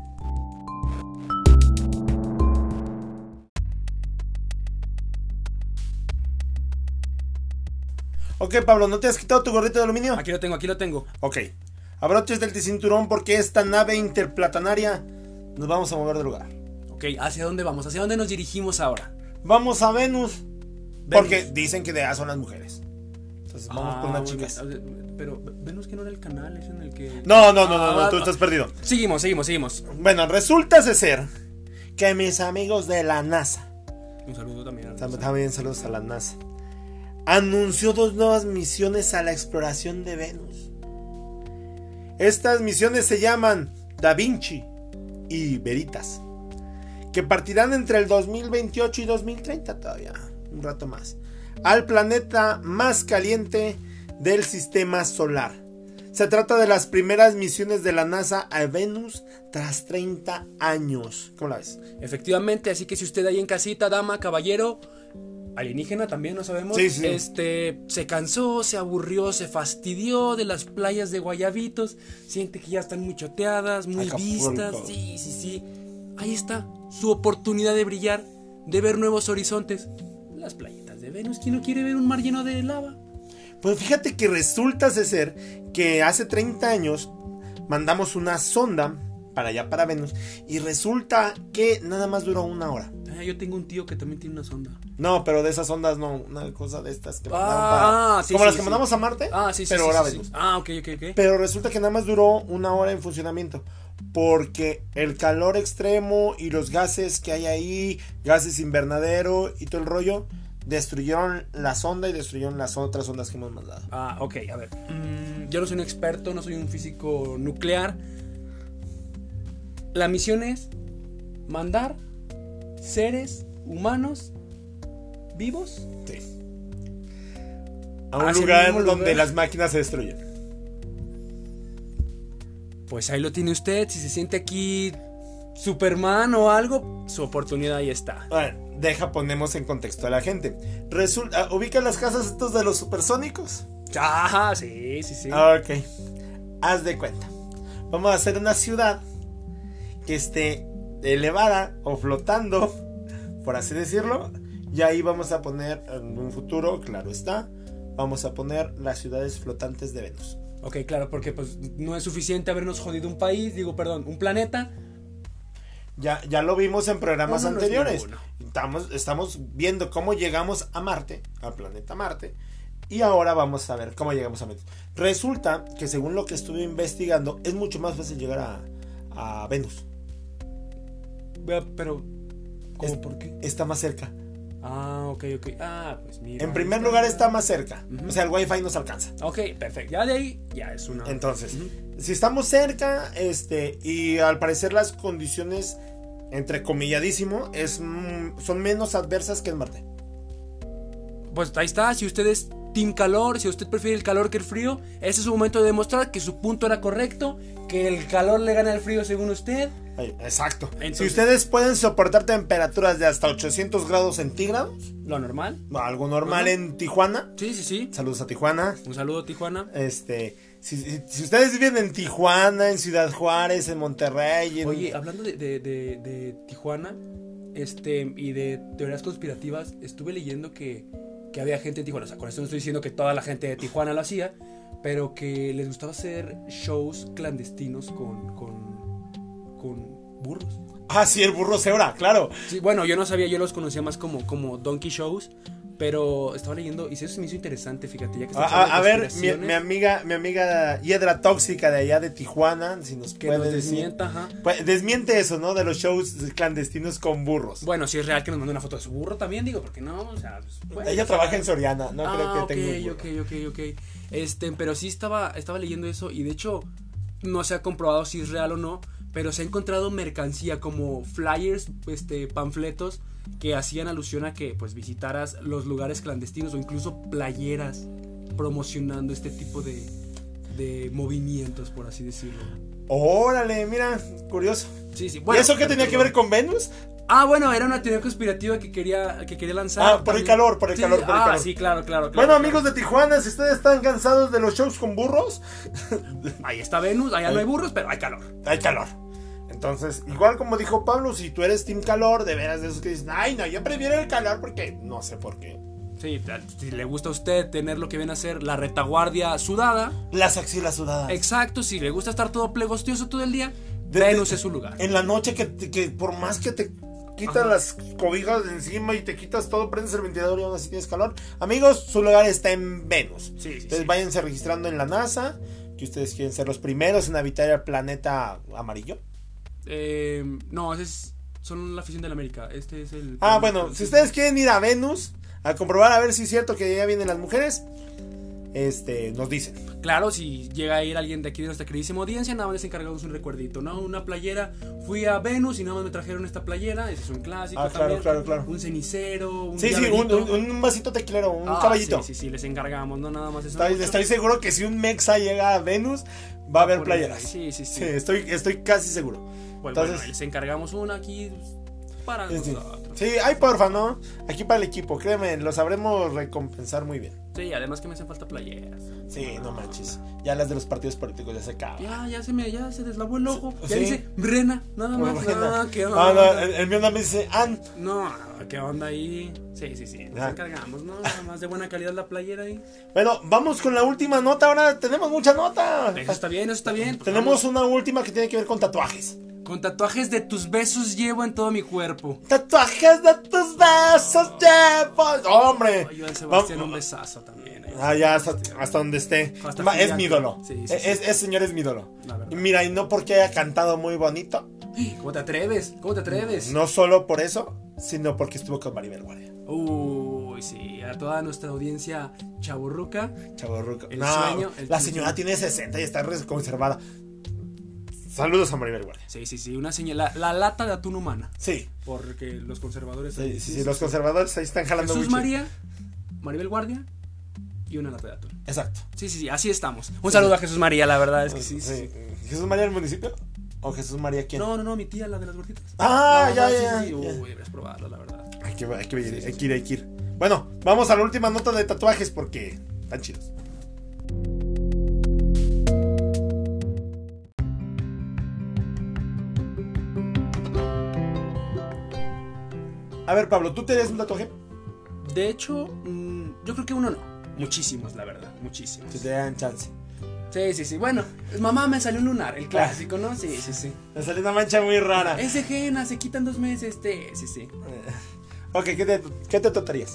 Ok, Pablo, ¿no te has quitado tu gorrito de aluminio? Aquí lo tengo, aquí lo tengo. Ok. Abroches del cinturón porque esta nave interplatanaria nos vamos a mover de lugar. Ok, ¿hacia dónde vamos? ¿Hacia dónde nos dirigimos ahora? Vamos a Venus. Venus. Porque dicen que de allá son las mujeres. Entonces vamos Ah, con unas muy chicas. bien. Pero Venus que no era el canal, es en el que... No, no, no, no, no, Ah, tú ah. estás perdido. Seguimos, seguimos, seguimos. Bueno, resulta ser que mis amigos de la NASA, Un saludo también a tam- también saludos a la NASA, anunció dos nuevas misiones a la exploración de Venus. Estas misiones se llaman Da Vinci y Veritas, que partirán entre el dos mil veintiocho y dos mil treinta, todavía un rato más, al planeta más caliente del sistema solar. Se Se trata de las primeras misiones de la NASA a Venus tras treinta años. ¿Cómo la ves? Efectivamente, así que si usted ahí en casita, dama, caballero, alienígena también, no sabemos, sí, sí. este, se cansó, se aburrió, se fastidió de las playas de Guayabitos, siente que ya están muy choteadas, muy Acapulco. vistas, sí, sí, sí, ahí está, su oportunidad de brillar, de ver nuevos horizontes, las playitas de Venus. ¿Quién no quiere ver un mar lleno de lava? Pues fíjate que resulta ser que hace treinta años mandamos una sonda para allá, para Venus, y resulta que nada más duró una hora. Ah, yo tengo un tío que también tiene una sonda. No, pero de esas ondas no, una cosa de estas que Ah, mandaron para, sí, como sí, las que sí. mandamos a Marte, Ah, sí, sí, pero sí, ahora sí, Venus. sí. Ah, ok, ok, ok. Pero resulta que nada más duró una hora en funcionamiento, porque el calor extremo y los gases que hay ahí, gases invernadero y todo el rollo, destruyeron la sonda y destruyeron las otras ondas que hemos mandado. Ah, ok, a ver. Mm, yo no soy un experto, no soy un físico nuclear. La misión es mandar seres humanos vivos. Sí. A un Hacia el lugar mismo lugar. donde las máquinas se destruyen. Pues ahí lo tiene usted. Si se siente aquí Superman o algo, su oportunidad ahí está. Bueno, deja, ponemos en contexto a la gente. Resulta, ¿ubican las casas estos de los supersónicos? Ah, sí, sí, sí. Ok. Haz de cuenta. Vamos a hacer una ciudad que esté elevada o flotando, por así decirlo. Y ahí vamos a poner, en un futuro, claro está, vamos a poner las ciudades flotantes de Venus. Ok, claro, porque pues no es suficiente habernos jodido un país, digo, perdón, un planeta. Ya, ya lo vimos en programas Uno no es anteriores. ninguno. Estamos, estamos viendo cómo llegamos a Marte, al planeta Marte. Y ahora vamos a ver cómo llegamos a Venus. Resulta que según lo que estuve investigando, es mucho más fácil llegar a, a Venus. Vea, pero, ¿cómo? Es- ¿Por qué? Está más cerca. Ah, ok, ok. Ah, pues mira. En primer ahí lugar está más cerca. Ujú. O sea, el wifi nos alcanza. Ok, perfecto. Ya de ahí, ya es una. Entonces, Ujú. si estamos cerca, este, y al parecer las condiciones, entrecomilladísimo, es, mm, son menos adversas que en Marte. Pues ahí está. Si usted es team calor, si usted prefiere el calor que el frío, ese es su momento de demostrar que su punto era correcto, que el calor le gana al frío según usted. Ay, exacto. Entonces- Si ustedes pueden soportar temperaturas de hasta ochocientos grados centígrados, Lo normal. algo normal Ajá. en Tijuana. Sí, sí, sí. Saludos a Tijuana. Un saludo, Tijuana. Este, si, si- si ustedes viven en Tijuana, en Ciudad Juárez, en Monterrey, en- Oye, hablando de, de, de, de Tijuana, este, y de teorías conspirativas, estuve leyendo que, que había gente en Tijuana, o sea, con esto no estoy diciendo que toda la gente de Tijuana lo hacía, pero que les gustaba hacer shows clandestinos con, con, con burros. Ah, sí, el burro Sebra, claro. Sí, bueno, yo no sabía, yo los conocía más como, como donkey shows, pero estaba leyendo y eso se me hizo interesante, fíjate, ya que A, estamos a- hablando a de ver, mi, conspiraciones, mi amiga, mi amiga Hiedra Tóxica de allá de Tijuana, si nos que puede nos decir. desmienta, ajá. Pues, desmiente eso, ¿no? De los shows clandestinos con burros. Bueno, si es real que nos mandó una foto de su burro también, digo, porque no, o sea, pues, bueno, Ella o sea, trabaja en Soriana, no ah, creo que ok, tenga un burro. ok, ok, ok. Este, pero sí estaba, estaba leyendo eso y de hecho no se ha comprobado si es real o no, pero se ha encontrado mercancía como flyers, este, panfletos que hacían alusión a que pues visitaras los lugares clandestinos o incluso playeras promocionando este tipo de, de movimientos, por así decirlo. Órale, mira, curioso. Sí, sí. ¿Y eso qué tenía que ver con Venus? Ah, bueno, era una teoría conspirativa que quería, que quería lanzar. Ah, por el también. calor, por el Sí, calor, por el ah, calor. sí, claro, claro, claro. Bueno, claro. amigos de Tijuana, si ustedes están cansados de los shows con burros, Ahí está Venus, allá no hay burros, pero hay calor. hay calor. Entonces, igual como dijo Pablo, si tú eres team calor, de veras de esos que dicen, ay, no, yo prefiero el calor porque no sé por qué. Sí, si le gusta a usted tener lo que viene a ser la retaguardia sudada, Las axilas sudadas. exacto, si le gusta estar todo plegostioso todo el día, De- Venus de- es su lugar. En la noche que, que por más que te quitas Ajá. las cobijas de encima y te quitas todo, prendes el ventilador y aún así tienes calor. Amigos, su lugar está en Venus. Sí, sí, Entonces sí. váyanse registrando en la NASA, que ustedes quieren ser los primeros en habitar el planeta amarillo. Eh, no, ese es, son la afición de la América. Este es el. Ah, bueno, si ustedes quieren ir a Venus a comprobar a ver si es cierto que ya vienen las mujeres, este, nos dicen. Claro, si llega a ir alguien de aquí de nuestra queridísima audiencia, nada más les encargamos un recuerdito, ¿no? Una playera, fui a Venus y nada más me trajeron esta playera, ese es un clásico ah, claro, también. claro, claro. Un cenicero, un Sí, sí, un, un, un vasito tequilero, un ah, caballito. Sí, sí, sí, les encargamos, no nada más eso. Estoy, estoy seguro que si un mexa llega a Venus, va a haber playeras. Sí, sí, sí. Sí, estoy, estoy casi seguro. Pues Entonces, bueno, les encargamos una aquí para sí, nosotros. Sí, ay, porfa, ¿no? Aquí para el equipo, créeme, lo sabremos recompensar muy bien. Sí, además que me hacen falta playeras. Sí, no manches. Ya las de los partidos políticos ya se acaban. Ya, ya se me, ya se deslavó el ojo. Sí. Ya dice Brena, nada más. Brena. No, qué No, onda. no, el, el mío nada más dice An. No, qué onda ahí. Sí, sí, sí. Nos Ah. encargamos, ¿no? Nada más de buena calidad la playera ahí. Bueno, vamos con la última nota. Ahora tenemos mucha nota. Eso está bien, eso está bien. Pues Tenemos vamos. una última que tiene que ver con tatuajes. Con tatuajes de tus besos llevo en todo mi cuerpo. Tatuajes de tus besos llevo. ¡Hombre! Ay, Joan Sebastián, Vamos. un besazo también. ahí. Ah, ya, hasta, hasta donde esté. Hasta Ma- aquí es ya. mi ídolo. Sí, sí, es, sí. Ese señor es mi ídolo. La verdad. Y mira, y no porque haya cantado muy bonito, ¿Cómo te atreves? ¿Cómo te atreves? no solo por eso, sino porque estuvo con Maribel Guardia. Uy, sí, a toda nuestra audiencia chaburruca. Chavorruco. El No, sueño, el la sueño. señora tiene sesenta y está conservada. Saludos a Maribel Guardia. Sí, sí, sí, una señal, la, la lata de atún humana. Sí, Porque los conservadores. sí, sí, sí, los conservadores ahí están jalando Jesús mucho. María, Maribel Guardia y una lata de atún. Exacto. Sí, sí, sí, así estamos. Un saludo a Jesús María, la verdad es que sí. sí. Sí. ¿Jesús María del municipio? ¿O Jesús María quién? No, no, no, mi tía, la de las gorditas. Ah, No, ya, no, ya, sí, sí, ya. Uy, deberías probarlo, la verdad. Hay que, hay que ir, Sí, sí, hay que ir, hay que ir. Bueno, vamos a la última nota de tatuajes porque están chidos. A ver, Pablo, ¿tú te harías un tatuaje? De hecho, mmm, yo creo que uno no. Muchísimos, la verdad, muchísimos. Si te dan chance. Sí, sí, sí. Bueno, mamá me salió un lunar, el clásico, ¿no? Sí, sí, sí. Me salió una mancha muy rara. Es de henna, se quitan dos meses, este. Sí, sí. Ok, ¿qué te, qué te tatuarías?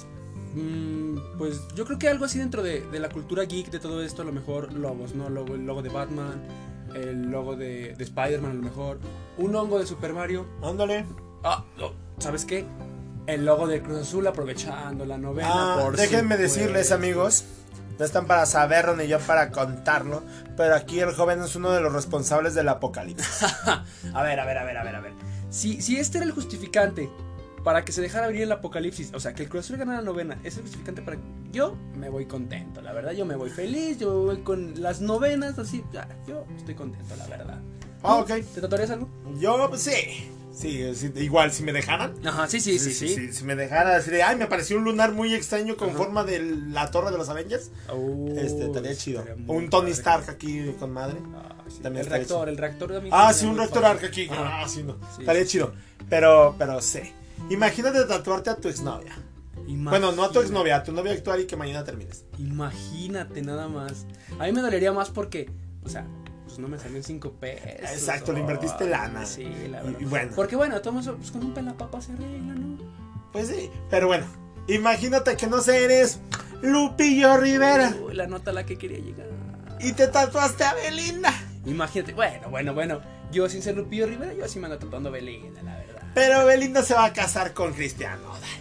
Mm, pues yo creo que algo así dentro de, de la cultura geek de todo esto, a lo mejor logos, ¿no? Logo, el logo de Batman, el logo de, de Spider-Man, a lo mejor. Un hongo de Super Mario. Ándale. Ah, no, ¿sabes qué? El logo de Cruz Azul aprovechando la novena. Ah, por déjenme supuesto. decirles, amigos, no están para saberlo ni yo para contarlo, pero aquí el joven es uno de los responsables del apocalipsis. A ver, a ver, a ver, a ver, a ver. Si, si este era el justificante para que se dejara venir el apocalipsis, o sea, que el Cruz Azul ganara la novena, es el justificante para... Yo me voy contento, la verdad, yo me voy feliz, yo me voy con las novenas, así, ya, yo estoy contento, la verdad. Ah, ok. ¿Te tatuarías algo? Yo, pues, sí. Sí, sí, igual, si me dejaran. Ajá, sí, sí, sí, sí. Si me dejara decir, ay, me apareció un lunar muy extraño con Ajá. forma de la torre de los Avengers. Uh, Este, estaría chido. estaría O muy un Tony padre. Stark aquí con madre. Ah, sí. También El estaría reactor, chido. el reactor de mí Ah, me sí, da un muy reactor padre. arc aquí. Ajá. Ah, sí, no. Sí, Estaría sí, chido. Pero, pero sí. Imagínate tatuarte a tu exnovia. Bueno, no a tu Imagina- exnovia, a tu novia actual y que mañana termines. Imagínate nada más. A mí me dolería más porque, o sea, pues no me salió en cinco pesos. Exacto, le invertiste Ay, lana. Sí, la Y- verdad. y bueno. Porque bueno, todo eso, pues con un pelapapa se arregla, ¿no? Pues sí, pero bueno. Imagínate que no sé, eres Lupillo Rivera Uy, la nota a la que quería llegar. y te tatuaste a Belinda. Imagínate, bueno, bueno, bueno. Yo sin ser Lupillo Rivera, yo sí me ando tatuando Belinda, la verdad. Pero Belinda se va a casar con Cristiano.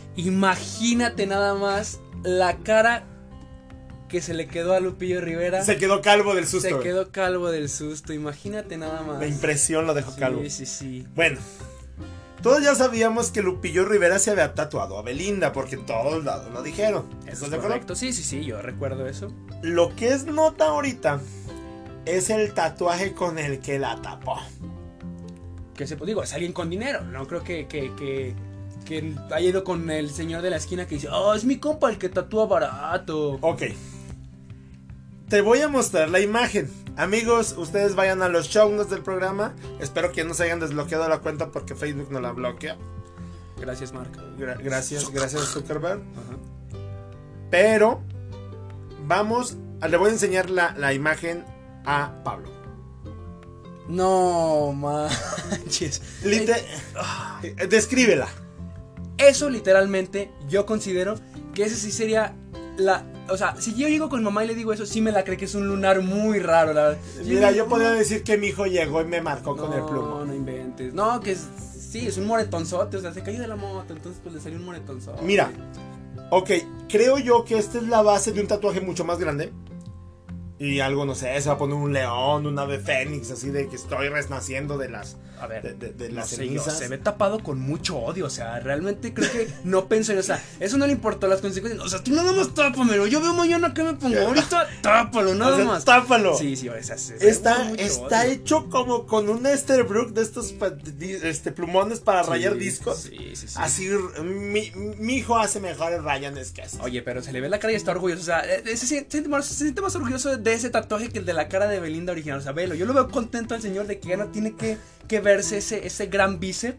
Imagínate nada más la cara que se le quedó a Lupillo Rivera. Se quedó calvo del susto. Se güey. quedó calvo del susto, imagínate nada más. La impresión lo dejó Sí, calvo. sí, sí. Bueno, todos ya sabíamos que Lupillo Rivera se había tatuado a Belinda porque todos lados lo dijeron. Eso ¿Estás es de acuerdo? correcto. Sí, sí, sí, yo recuerdo eso. Lo que es nota ahorita es el tatuaje con el que la tapó. Que se digo, es alguien con dinero. No creo que, que, que, que haya ido con el señor de la esquina que dice, oh, es mi compa el que tatúa barato. Ok. Te voy a mostrar la imagen. Amigos, ustedes vayan a los show notes del programa. Espero que no se hayan desbloqueado la cuenta porque Facebook no la bloquea. Gracias, Mark. Gra- gracias, gracias Zuckerberg. Ajá. Pero vamos, a- le voy a enseñar la, la imagen a Pablo. No manches. Lite- eh, descríbela. Eso literalmente yo considero que ese sí sería la... O sea, si yo llego con mamá y le digo eso, sí me la cree que es un lunar muy raro, la verdad. Mira, Sí, yo no, podría decir que mi hijo llegó y me marcó con el plumo. No, no inventes. No, que es, sí, es un moretonzote. O sea, se cayó de la moto, entonces pues le salió un moretonzote. Mira, ok, creo yo que esta es la base de un tatuaje mucho más grande. Y algo, no sé, se va a poner un león, un ave fénix, así de que estoy renaciendo de las, A ver, de, de, de no las sé, cenizas. se ve tapado con mucho odio, o sea, realmente creo que no pensó en, o sea, eso no le importó las consecuencias, o sea, tú nada más tápamelo, yo veo mañana qué me pongo, ahorita tápalo, nada O sea, más. tápalo. Sí, sí, o sea, se, se Está, ve mucho está odio. hecho como con un Esterbrook de estos pa- di- este, plumones para Sí, rayar discos. Sí, sí, sí. Así, mi, mi hijo hace mejores rayones que eso. Oye, pero se le ve la cara y está orgulloso, o sea, eh, eh, se, siente más, se siente más orgulloso de ese tatuaje que el de la cara de Belinda original, o sea, velo, yo lo veo contento al señor de que ya no tiene que, que verse ese, ese gran bíceps.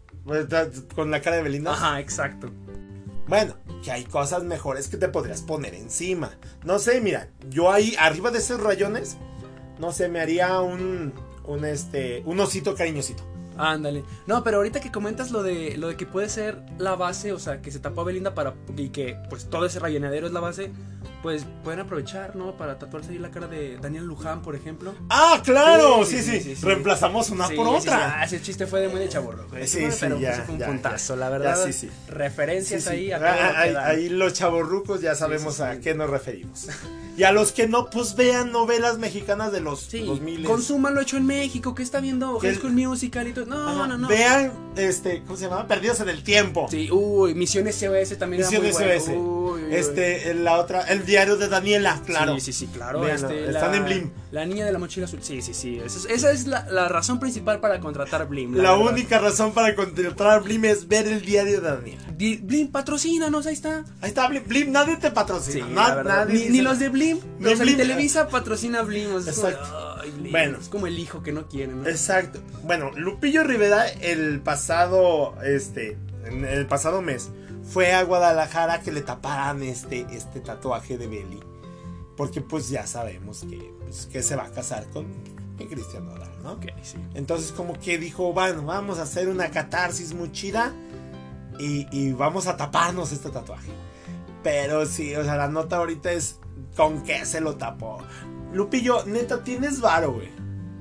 Con la cara de Belinda. Ajá, exacto. Bueno, que hay cosas mejores que te podrías poner encima. No sé, mira, yo ahí arriba de esos rayones, no sé, me haría un, un este, un osito cariñosito. Ándale. No, pero ahorita que comentas lo de lo de que puede ser la base, o sea, que se tapó a Belinda para y que pues todo ese rayonadero es la base, pues pueden aprovechar, ¿no? Para tatuarse ahí la cara de Daniel Luján, por ejemplo. Ah, claro, sí, Sí, sí, sí, sí, sí, sí. Reemplazamos una Sí, por sí, sí. otra. Ah, ese chiste fue de muy de chaborro. güey. Sí, Pero, sí, pero, ya, pues, fue un ya, puntazo, ya. la verdad. Ya, sí, sí. Referencias Sí, sí. ahí a Ah, todo lo que ahí, dan. ahí los chavorrucos ya sabemos Sí, sí, sí. a qué nos referimos. Y a los que no, pues vean novelas mexicanas de los Sí, dos mil. consuman lo hecho en México, que está viendo Que High el- School Musical y todo. No, Ajá, no, no. Vean, este, ¿cómo se llama? Perdidos en el tiempo. Sí, uy, Misión S O S también Misión era muy bueno. S O S. Uy, uy, uy. Este, la otra, el diario de Daniela, claro. Sí, sí, sí, claro. Véanlo, este, están la, en Blim. La niña de la mochila azul. Sí, sí, sí. Esa es, esa es la, la razón principal para contratar Blim. La verdad. única razón para contratar a Blim es ver el diario de Daniela. Di- Blim, patrocínanos, ahí está. Ahí está Blim, Blim, nadie te patrocina. Sí, na- la verdad. nadie Ni, dice ni nada. los de Blim. Ni O sea, ni Blim. Televisa patrocina Blim. O sea, es como de, Exacto. ay, Blim. Bueno. Es como el hijo que no quiere, ¿no? Exacto. Bueno, Lupillo Rivera el pasado, este, en el pasado mes fue a Guadalajara que le taparan este, este tatuaje de Beli, porque pues ya sabemos que, pues, que se va a casar con, con Cristian Nodal, ¿no? Ok, sí. Entonces como que dijo, bueno, vamos a hacer una catarsis muy chida y, y vamos a taparnos este tatuaje. Pero sí, o sea, la nota ahorita es con qué se lo tapó. Lupillo, neta, tienes varo, güey.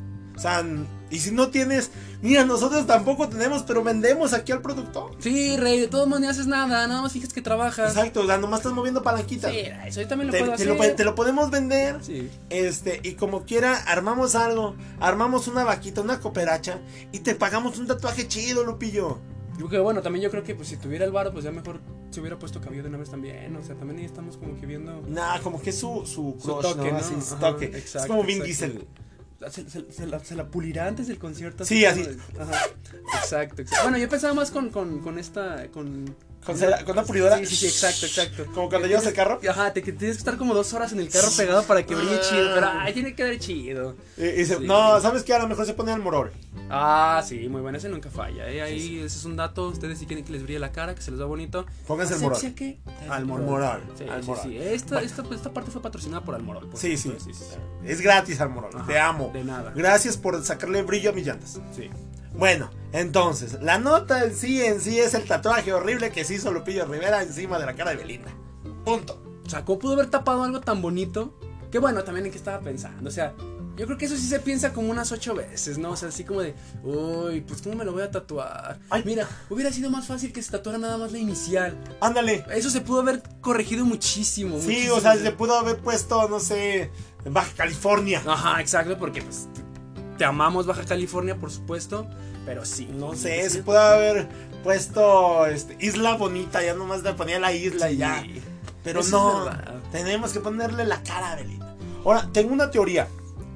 O sea, y si no tienes, mira, nosotros tampoco tenemos, pero vendemos aquí al productor. Sí, Rey, de todos modos ni haces nada. Nada más fijas que trabajas. Exacto, o sea, nomás estás moviendo palanquitas. Sí, eso yo también lo te, puedo te hacer. lo, te lo podemos vender. Sí. Este, y como quiera, armamos algo. Armamos una vaquita, una cooperacha. Y te pagamos un tatuaje chido, Lupillo. Yo que bueno, también yo creo que pues si tuviera el varo, pues ya mejor se hubiera puesto cabello de una vez también. O sea, también ahí estamos como que viendo. Nah, como que es su, su Su crush, toque, ¿no? ¿no? Así, su Ajá, toque. exacto, es como Vin exacto. Diesel. Se, se- se la, se la pulirá antes del concierto. Sí, como así. de- Ajá. Exacto, exacto. Bueno, yo pensaba más con, con, con esta. Con, Con, cera- con una pulidora. Sí, sí, sí, exacto, exacto. Como cuando Que llevas el tienes- carro. Ajá, te, que tienes que estar como dos horas en el carro pegado para que brille chido. Pero ay, tiene que ver chido. Y, y se- Sí. No, ¿sabes qué? A lo mejor se pone al morol. Ah, sí, muy bueno, ese nunca falla. ¿eh? Ahí ese es un dato. Ustedes si quieren que les brille la cara, que se les vea bonito. Pónganse el ¿Asepsia morol. qué? Al morol. Sí, Al sí, morol. sí. Esta, esta, esta parte fue patrocinada por Almorol. por Sí, sí. supuesto, sí, sí, sí. Es gratis al morol. Ajá, Te amo. de nada. Gracias por sacarle brillo a mis llantas. Sí. Bueno, entonces, la nota en sí en sí es el tatuaje horrible que se hizo Lupillo Rivera encima de la cara de Belinda. Punto. O sea, ¿cómo pudo haber tapado algo tan bonito? Que bueno, también en qué estaba pensando. O sea, yo creo que eso sí se piensa como unas ocho veces, ¿no? O sea, así como de, uy, pues ¿cómo me lo voy a tatuar? Ay. Mira, hubiera sido más fácil que se tatuara nada más la inicial. Ándale. Eso se pudo haber corregido muchísimo. Sí, muchísimo. o sea, se pudo haber puesto, no sé, Baja California. Ajá, exacto, porque pues te amamos Baja California, por supuesto, pero sí. No sé, sí, se pudo haber puesto este, Isla Bonita, ya nomás le ponía la isla y ya. sí. Pero Eso no, es verdad. tenemos que ponerle la cara a Belinda. Ahora, tengo una teoría.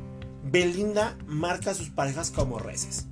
Belinda marca a sus parejas como reces.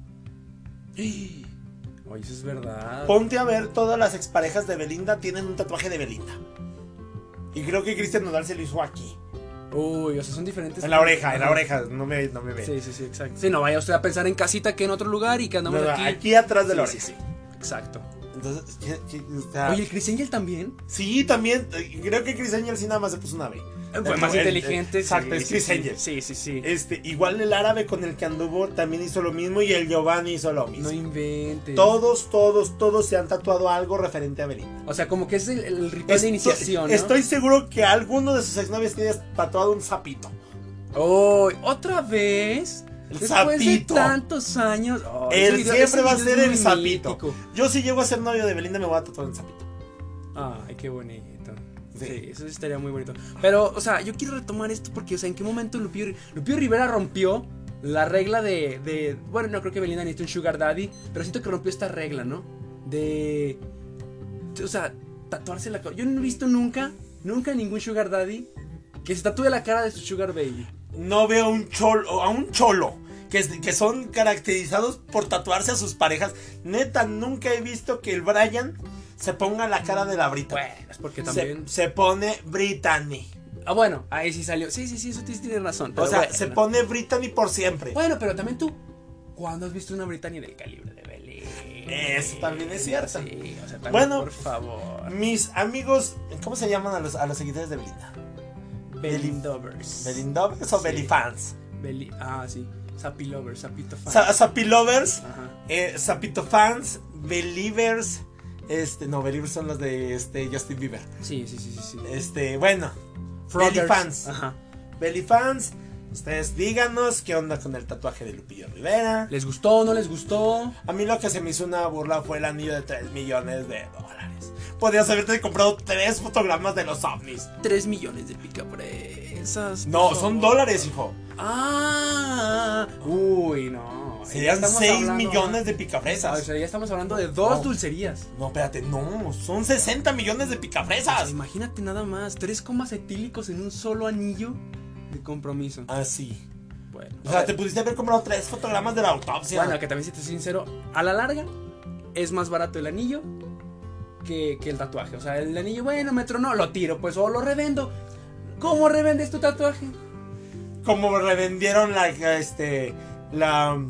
Oye, eso es verdad. Ponte a ver, todas las exparejas de Belinda tienen un tatuaje de Belinda. Y creo que Cristian Nodal se lo hizo aquí. Uy, o sea, son diferentes. En la oreja, en la oreja, no me, no me ven. Sí, sí, sí, exacto. Sí, no vaya usted a pensar en casita que en otro lugar y que andamos No, no, aquí. aquí atrás de la Sí, oreja. sí, sí. Exacto. Entonces, ¿qué- qué- o sea, Oye, ¿el Chris Angel también? sí, también, eh, creo que Chris Angel sí nada más se puso una B. Fue más El- inteligente. Exacto, sí, es sí, Chris sí. Angel. Sí, sí, sí. Este, igual el árabe con el que anduvo también hizo lo mismo y el Giovanni hizo lo mismo. No inventes. Todos, todos, todos se han tatuado algo referente a Belinda. O sea, como que es el, el ritual de Estoy- iniciación, ¿no? Estoy seguro que alguno de sus exnovias tiene tatuado un sapito. Oh, ¿otra vez? El Después sapito. de tantos años. Oh, ese Él video- siempre ese va a video ser es el muy sapito. mítico. Yo si llego a ser novio de Belinda me voy a tatuar un sapito. Ay, qué bonito. Sí. Sí, eso sí estaría muy bonito. Pero, o sea, yo quiero retomar esto porque, o sea, ¿en qué momento Lupillo, Lupillo Rivera rompió la regla de, de... Bueno, no creo que Belinda necesite un sugar daddy, pero siento que rompió esta regla, ¿no? De... O sea, tatuarse la cara. Yo no he visto nunca, nunca ningún sugar daddy que se tatúe la cara de su sugar baby. No veo a un cholo, a un cholo que, que son caracterizados por tatuarse a sus parejas. Neta, nunca he visto que el Brian se ponga la cara de la Brittany. Bueno, es porque también... Se, se pone Brittany. Ah, bueno, ahí sí salió. Sí, sí, sí, eso tienes razón. O sea, bueno. se pone Brittany por siempre. Bueno, pero también tú, ¿cuándo has visto una Brittany del calibre de Belén? Eso también es cierto. Sí, o sea, también, bueno, por favor. Mis amigos, ¿cómo se llaman a los, a los seguidores de Belinda? Belindovers. ¿Belindovers o Sí. Belifans? Beli ah, sí. Sapi lovers, sapito fans. Sa- Sapi Lovers, Ajá. eh, Sapito Fans, Believers. Este, no, Believers son los de este, Justin Bieber. Sí, sí, sí, sí, sí. Este, bueno, Froggers. Belifans. Ajá. Belifans, ustedes díganos qué onda con el tatuaje de Lupillo Rivera. ¿Les gustó o no les gustó? A mí lo que se me hizo una burla fue el anillo de tres millones de dólares. Podías haberte comprado tres fotogramas de los ovnis. Tres millones de picapresas. por No, favor. son dólares, hijo. Ah, uy, no. Ya Serían estamos seis hablando- millones de Ah, o picafresas. sea, ya estamos hablando de dos No. dulcerías. No, espérate, no, son sesenta millones de O sea, picafresas. imagínate nada más, tres comas etílicos en un solo anillo de compromiso. Ah, sí. Bueno, O sea, te pudiste haber comprado tres fotogramas de la autopsia. bueno, que también si te soy sincero, a la larga es más barato el anillo que, que el tatuaje. O sea, el anillo, bueno, me tronó, lo tiro, pues, o lo revendo. ¿Cómo revendes tu tatuaje? Como revendieron la, este, la,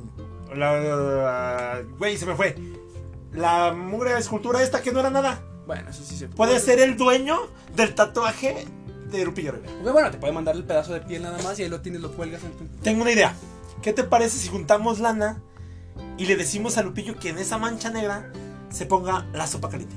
la, güey, se me fue. La mugre escultura esta que no era nada. Bueno, eso sí se Puede ser el dueño del tatuaje de Lupillo Rivera. Porque bueno, te puede mandar el pedazo de piel nada más y ahí lo tienes, lo cuelgas en tu... Tengo una idea. ¿Qué te parece si juntamos lana y le decimos a Lupillo que en esa mancha negra se ponga la sopa caliente?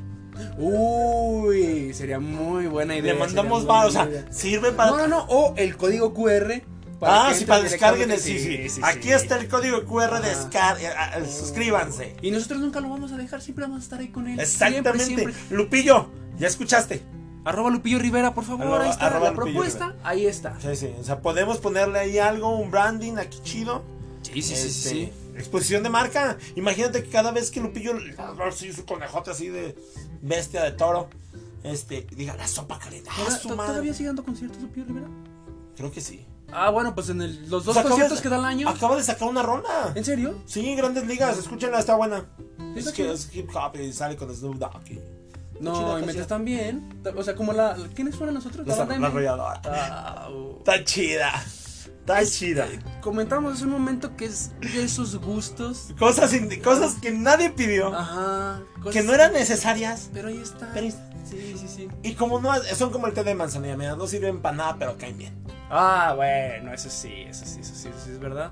Uy, sería muy buena idea. Le mandamos sería muy va, o sea, buena idea. sirve para... No, no, no, o el código Q R. Ah, que sí, entren para descarguen el directamente. sí, sí. Aquí está el código Q R, Ajá. descarguen, suscríbanse. Y nosotros nunca lo vamos a dejar, siempre vamos a estar ahí con él. Exactamente. Siempre, siempre. Lupillo, ya escuchaste. Arroba Lupillo Rivera, por favor, Arroba- ahí está arroba la Lupillo propuesta, Rivera. ahí está. Sí, sí. O sea, podemos ponerle ahí algo, un branding aquí chido. Sí, sí, sí, Este, sí. Exposición de marca. Imagínate que cada vez que Lupillo, así su conejote así de bestia de toro, este, diga la sopa caliente. Ah, ¿Toda- su to- madre. ¿Todavía sigue dando conciertos Lupillo Rivera? Creo que sí. Ah, bueno, pues en el- los dos O sea, acaba conciertos de- que da al año. Acaba de sacar una rola. ¿En serio? Sí, Grandes Ligas, escúchenla, está buena. Sí, Es está que chido. es hip hop y sale con Snoop Dogg. y- No, chida, y está mientras chida. también. O sea, como la. ¿Quiénes fueron nosotros? La, banda la M? arrolladora. Ah, uh. Está chida. Está chida. Comentamos hace un momento que es de esos gustos. Cosas, indi- cosas que nadie pidió. Ajá. cosas- Que no eran necesarias. Pero ahí está. Pero ahí está. Sí, sí, sí. Y como no, son como el té de manzanilla, mira, no sirven para nada, pero caen bien. Ah, bueno, eso sí, eso sí, eso sí, eso sí es verdad.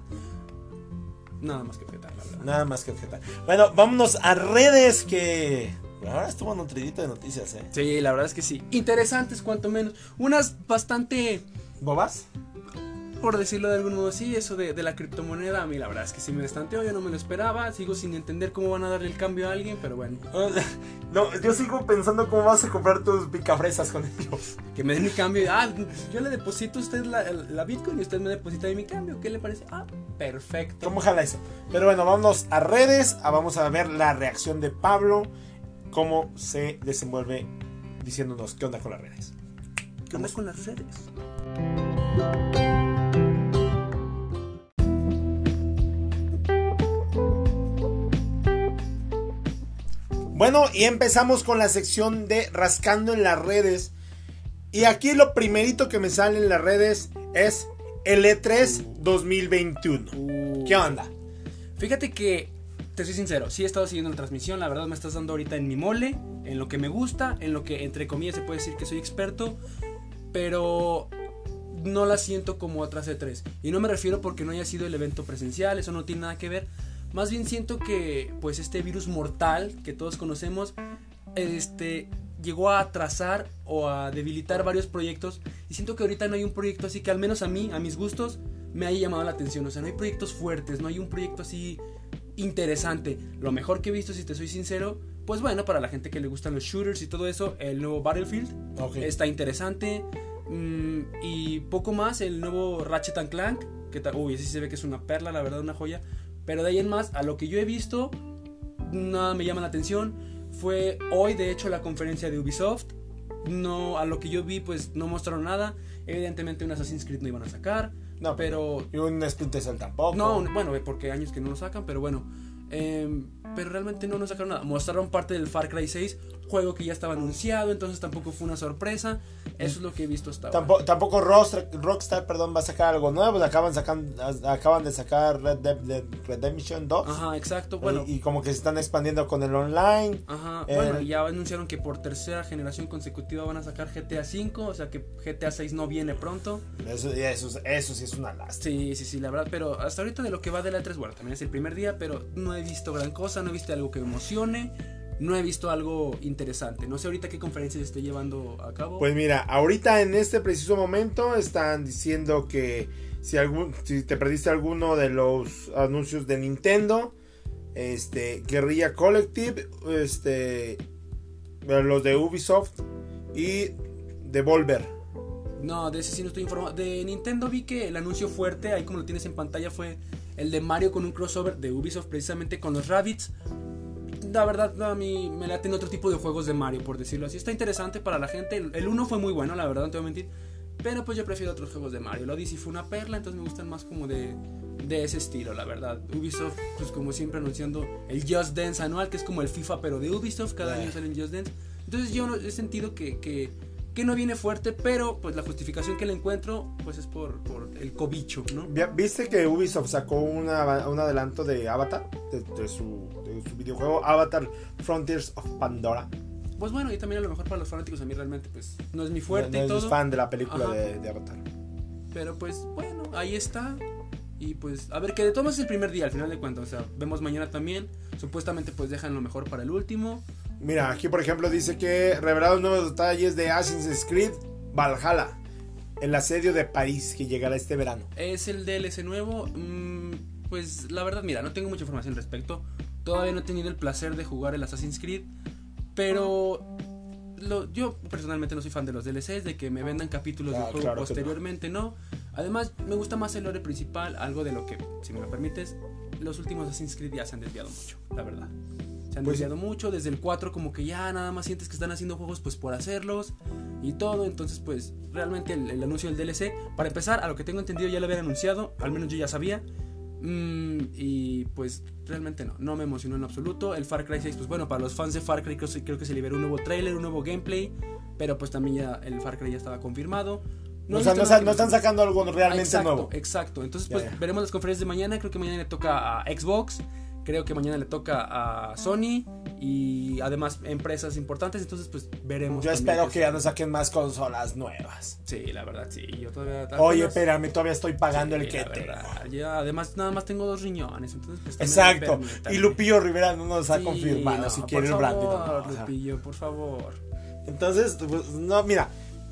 Nada más que objetar, la verdad. Nada más que objetar. Bueno, vámonos a redes que... Ahora estuvo nutridito de noticias, ¿eh? Sí, la verdad es que sí. Interesantes, cuanto menos. Unas bastante, ¿Bobas? por decirlo de algún modo así, eso de, de la criptomoneda. A mí la verdad es que sí me destanteó, yo no me lo esperaba. Sigo sin entender cómo van a darle el cambio a alguien, pero bueno. No, yo sigo pensando cómo vas a comprar tus picafresas con ellos. Que me den mi cambio. Ah, yo le deposito a usted la, la Bitcoin y usted me deposita ahí mi cambio. ¿Qué le parece? Ah, perfecto. ¿Cómo jala eso? Pero bueno, vámonos a redes. a- Vamos a ver la reacción de Pablo. Cómo se desenvuelve diciéndonos qué onda con las redes. ¿Qué onda con las redes? Bueno, y empezamos con la sección de rascando en las redes. Y aquí lo primerito que me sale en las redes es el E tres dos mil veintiuno. Uh. ¿Qué onda? Fíjate que, te soy sincero, sí he estado siguiendo la transmisión, la verdad me estás dando ahorita en mi mole, en lo que me gusta, en lo que entre comillas se puede decir que soy experto, pero no la siento como otras E tres. Y no me refiero porque no haya sido el evento presencial, eso no tiene nada que ver. Más bien siento que pues este virus mortal que todos conocemos, este llegó a atrasar o a debilitar varios proyectos. Y siento que ahorita no hay un proyecto así que al menos a mí, a mis gustos, me haya llamado la atención. O sea, no hay proyectos fuertes, no hay un proyecto así interesante. Lo mejor que he visto, si te soy sincero, pues bueno, para la gente que le gustan los shooters y todo eso, el nuevo Battlefield okay. está interesante. Mm, y poco más, el nuevo Ratchet and Clank, que ta- uy, ese sí se ve que es una perla, la verdad, una joya. Pero de ahí en más, a lo que yo he visto, nada me llama la atención. Fue hoy, de hecho, la conferencia de Ubisoft. No, a lo que yo vi, pues no mostraron nada. Evidentemente un Assassin's Creed no iban a sacar. No, pero... Y un Splinter Cell tampoco. No, bueno, porque años que no lo sacan, pero bueno. Eh, pero realmente no nos sacaron nada. Mostraron parte del Far Cry seis, juego que ya estaba anunciado, entonces tampoco fue una sorpresa. Eso es lo que he visto hasta Tampo- ahora. Tampoco Rockstar, Rockstar perdón, va a sacar algo nuevo. Acaban, sacan, acaban de sacar Red Dead Redemption dos. Ajá, exacto. Bueno, y, y como que se están expandiendo con el online. Ajá, eh, bueno, ya anunciaron que por tercera generación consecutiva van a sacar G T A cinco, o sea que G T A seis no viene pronto. Eso, eso, eso sí es una lástima. Sí, sí, sí, la verdad, pero hasta ahorita de lo que va de la E tres, bueno, también es el primer día, pero no he visto gran cosa, no he visto algo que me emocione, no he visto algo interesante. No sé ahorita qué conferencia se esté llevando a cabo. Pues mira, ahorita en este preciso momento están diciendo que si, algún, si te perdiste alguno de los anuncios de Nintendo, este, Guerrilla Collective, este, los de Ubisoft y Devolver. No, de ese sí no estoy informado. De Nintendo vi que el anuncio fuerte, ahí como lo tienes en pantalla, fue el de Mario con un crossover de Ubisoft precisamente con los Rabbids. La verdad, no, a mí me laten otro tipo de juegos de Mario, por decirlo así. Está interesante para la gente. El uno fue muy bueno, la verdad, no te voy a mentir. Pero pues yo prefiero otros juegos de Mario. El Odyssey fue una perla, entonces me gustan más como de, de ese estilo, la verdad. Ubisoft, pues como siempre anunciando el Just Dance anual, que es como el FIFA, pero de Ubisoft. Cada año salen Just Dance. Entonces yo no, he sentido que, que, que no viene fuerte, pero pues la justificación que le encuentro, pues es por, por el cobicho, ¿no? ¿Viste que Ubisoft sacó una, un adelanto de Avatar? De, de, su, de su videojuego Avatar Frontiers of Pandora. Pues bueno, y también a lo mejor para los fanáticos, a mí realmente pues no es mi fuerte no, no y todo. No es fan de la película de, de Avatar. Pero pues bueno, ahí está. Y pues a ver, que de todos es el primer día al final de cuentas. O sea, vemos mañana también. Supuestamente pues dejan lo mejor para el último. Mira, aquí por ejemplo dice que revelaron nuevos detalles de Assassin's Creed Valhalla, el asedio de París, que llegará este verano. Es el D L C nuevo. Mmm, pues la verdad, mira, no tengo mucha información al respecto. Todavía no he tenido el placer de jugar el Assassin's Creed. Pero lo, yo personalmente no soy fan de los D L Cs, de que me vendan capítulos ah, del juego claro posteriormente, no. no. Además, me gusta más el lore principal, algo de lo que, si me lo permites, los últimos Assassin's Creed ya se han desviado mucho, la verdad. Se han pues desviado sí. mucho, desde el cuatro como que ya nada más sientes que están haciendo juegos pues por hacerlos y todo. Entonces pues realmente el, el anuncio del D L C, para empezar, a lo que tengo entendido ya lo habían anunciado, al menos yo ya sabía. Mm, y pues realmente no, no me emocionó en absoluto. El Far Cry seis, pues bueno, para los fans de Far Cry creo, creo que se liberó un nuevo trailer, un nuevo gameplay, pero pues también ya el Far Cry ya estaba confirmado. No, o sea, no, no, no están sacando algo realmente exacto, nuevo. Exacto, entonces pues ya, ya. veremos las conferencias de mañana. Creo que mañana le toca a Xbox, creo que mañana le toca a Sony y además empresas importantes, entonces pues veremos. Yo espero que, que ya no saquen más consolas nuevas. Sí, la verdad, sí. Yo todavía. Oye, espérame, todavía estoy pagando sí, el que tengo. Ya, además, nada más tengo dos riñones, entonces pues. Exacto. Y Lupillo Rivera no nos ha sí, confirmado no, si quiere el branding. Por favor, no, Lupillo, por favor. Entonces, pues, no, mira,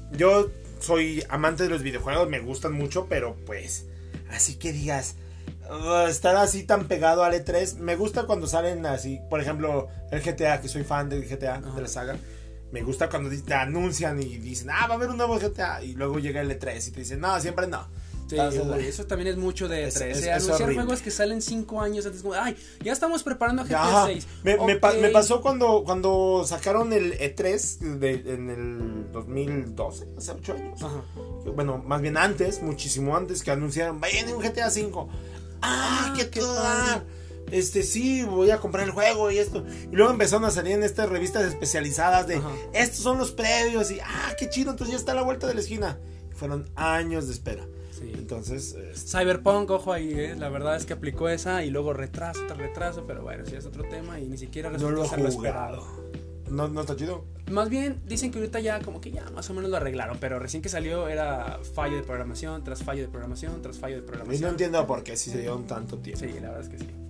yo soy amante de los videojuegos, me gustan mucho, pero pues, así que digas. Uh, estar así tan pegado al E tres me gusta cuando salen así, por ejemplo el G T A, que soy fan del G T A, ajá, de la saga. Me gusta cuando te anuncian y dicen, ah, va a haber un nuevo G T A, y luego llega el E tres y te dicen, no, siempre no. Sí, Entonces, uy, eso también es mucho de E tres. Es, es, es anunciar horrible. Juegos que salen cinco años antes, como, ay, ya estamos preparando a G T A seis. Me, okay. me, pa- me pasó cuando, cuando sacaron el E tres de, en el dos mil doce, hace ocho años. Ajá. Bueno, más bien antes, muchísimo antes, que anunciaron, vayan en un G T A cinco. Ah, qué toda. Este, sí, voy a comprar el juego y esto. Y luego empezaron a salir en estas revistas especializadas de, ajá, estos son los previos. Y, ah, qué chido, entonces ya está a la vuelta de la esquina. Y fueron años de espera. Sí. Entonces, este... Cyberpunk, ojo ahí, ¿eh? La verdad es que aplicó esa y luego retraso tras retraso. Pero bueno, sí es otro tema y ni siquiera resultó no lo ser lo esperado. No, no está chido. Más bien, dicen que ahorita ya como que ya más o menos lo arreglaron, pero recién que salió era fallo de programación, tras fallo de programación, tras fallo de programación. Y no entiendo por qué si se dio un tanto tiempo. Sí, la verdad es que sí.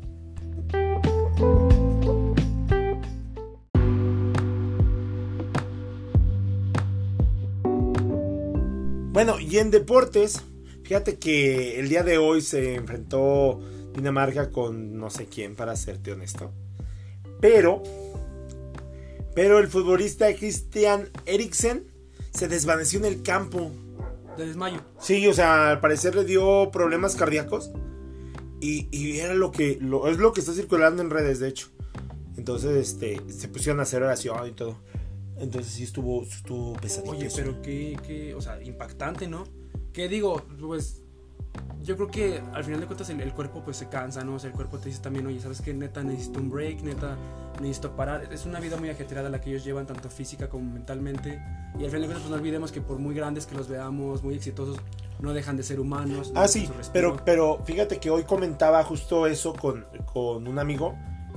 Bueno, y en deportes, fíjate que el día de hoy se enfrentó Dinamarca con no sé quién, para serte honesto. Pero, pero el futbolista Christian Eriksen se desvaneció en el campo. De desmayo. Sí, o sea, al parecer le dio problemas cardíacos. Y, y era lo que, lo, es lo que está circulando en redes, de hecho. Entonces, este, se pusieron a hacer oración y todo. Entonces sí estuvo, estuvo pesadito. Oye, eso. pero qué, qué, o sea, impactante, ¿no? Que digo, pues, yo creo que al final de cuentas el, el cuerpo pues se cansa, ¿no? O sea, el cuerpo te dice también, oye, ¿sabes qué? Neta, necesito un break, neta, necesito parar. Es una vida muy ajetreada la que ellos llevan, tanto física como mentalmente. Y al final de cuentas, pues no olvidemos que por muy grandes que los veamos, muy exitosos, no dejan de ser humanos. Ah, sí, pero, pero fíjate que hoy comentaba justo eso con, con un amigo.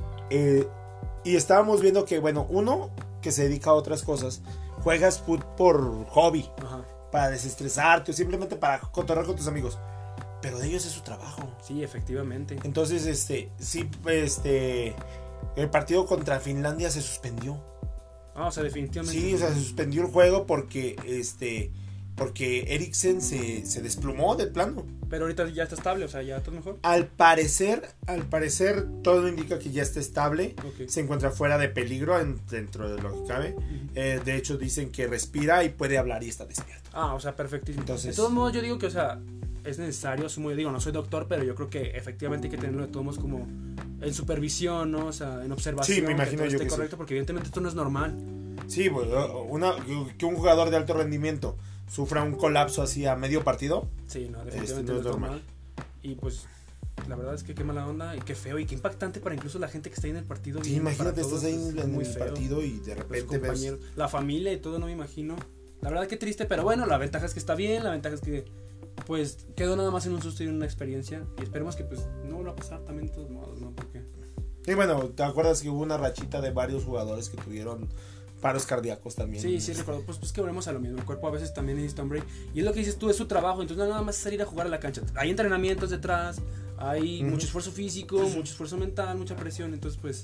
Eh, y estábamos viendo que, bueno, uno que se dedica a otras cosas, juegas fútbol por hobby. Ajá. Para desestresarte o simplemente para cotorrear con tus amigos. Pero de ellos es su trabajo. Sí, efectivamente. Entonces, este, sí, este, el partido contra Finlandia se suspendió. Ah, o sea, definitivamente. Sí, o sea, se suspendió el juego porque, este, porque Eriksen se, se desplomó del plano. Pero ahorita ya está estable, o sea, ya todo mejor. Al parecer, al parecer, todo indica que ya está estable. Okay. Se encuentra fuera de peligro en, dentro de lo que cabe. Uh-huh. Eh, de hecho, dicen que respira y puede hablar y está despierto. Ah, o sea, perfectísimo. Entonces, de todos modos, yo digo que, o sea, es necesario, asumo, yo digo, no soy doctor, pero yo creo que efectivamente hay que tenerlo de todos modos como en supervisión, ¿no? O sea, en observación. Sí, me imagino que todo yo esté que correcto, sí. Porque evidentemente esto no es normal. Sí, bueno, una, que un jugador de alto rendimiento sufra un colapso así a medio partido. Sí, no, definitivamente este, no no es es normal. normal. Y pues, la verdad es que qué mala onda y qué feo y qué impactante para incluso la gente que está ahí en el partido. Sí, imagínate, estás ahí en, en el feo. partido y de repente ves... La familia y todo, no me imagino. La verdad que triste, pero bueno, la ventaja es que está bien, la ventaja es que pues quedó nada más en un susto y en una experiencia. Y esperemos que pues no vuelva a pasar también de todos modos, ¿no? Porque... Y bueno, ¿te acuerdas que hubo una rachita de varios jugadores que tuvieron paros cardíacos también? Sí, sí, recuerdo. Pues, pues que volvemos a lo mismo. El cuerpo a veces también necesita un break. Y es lo que dices tú, es su trabajo. Entonces no nada más es salir a jugar a la cancha. Hay entrenamientos detrás, hay uh-huh. mucho esfuerzo físico, mucho esfuerzo mental, mucha presión. Entonces pues,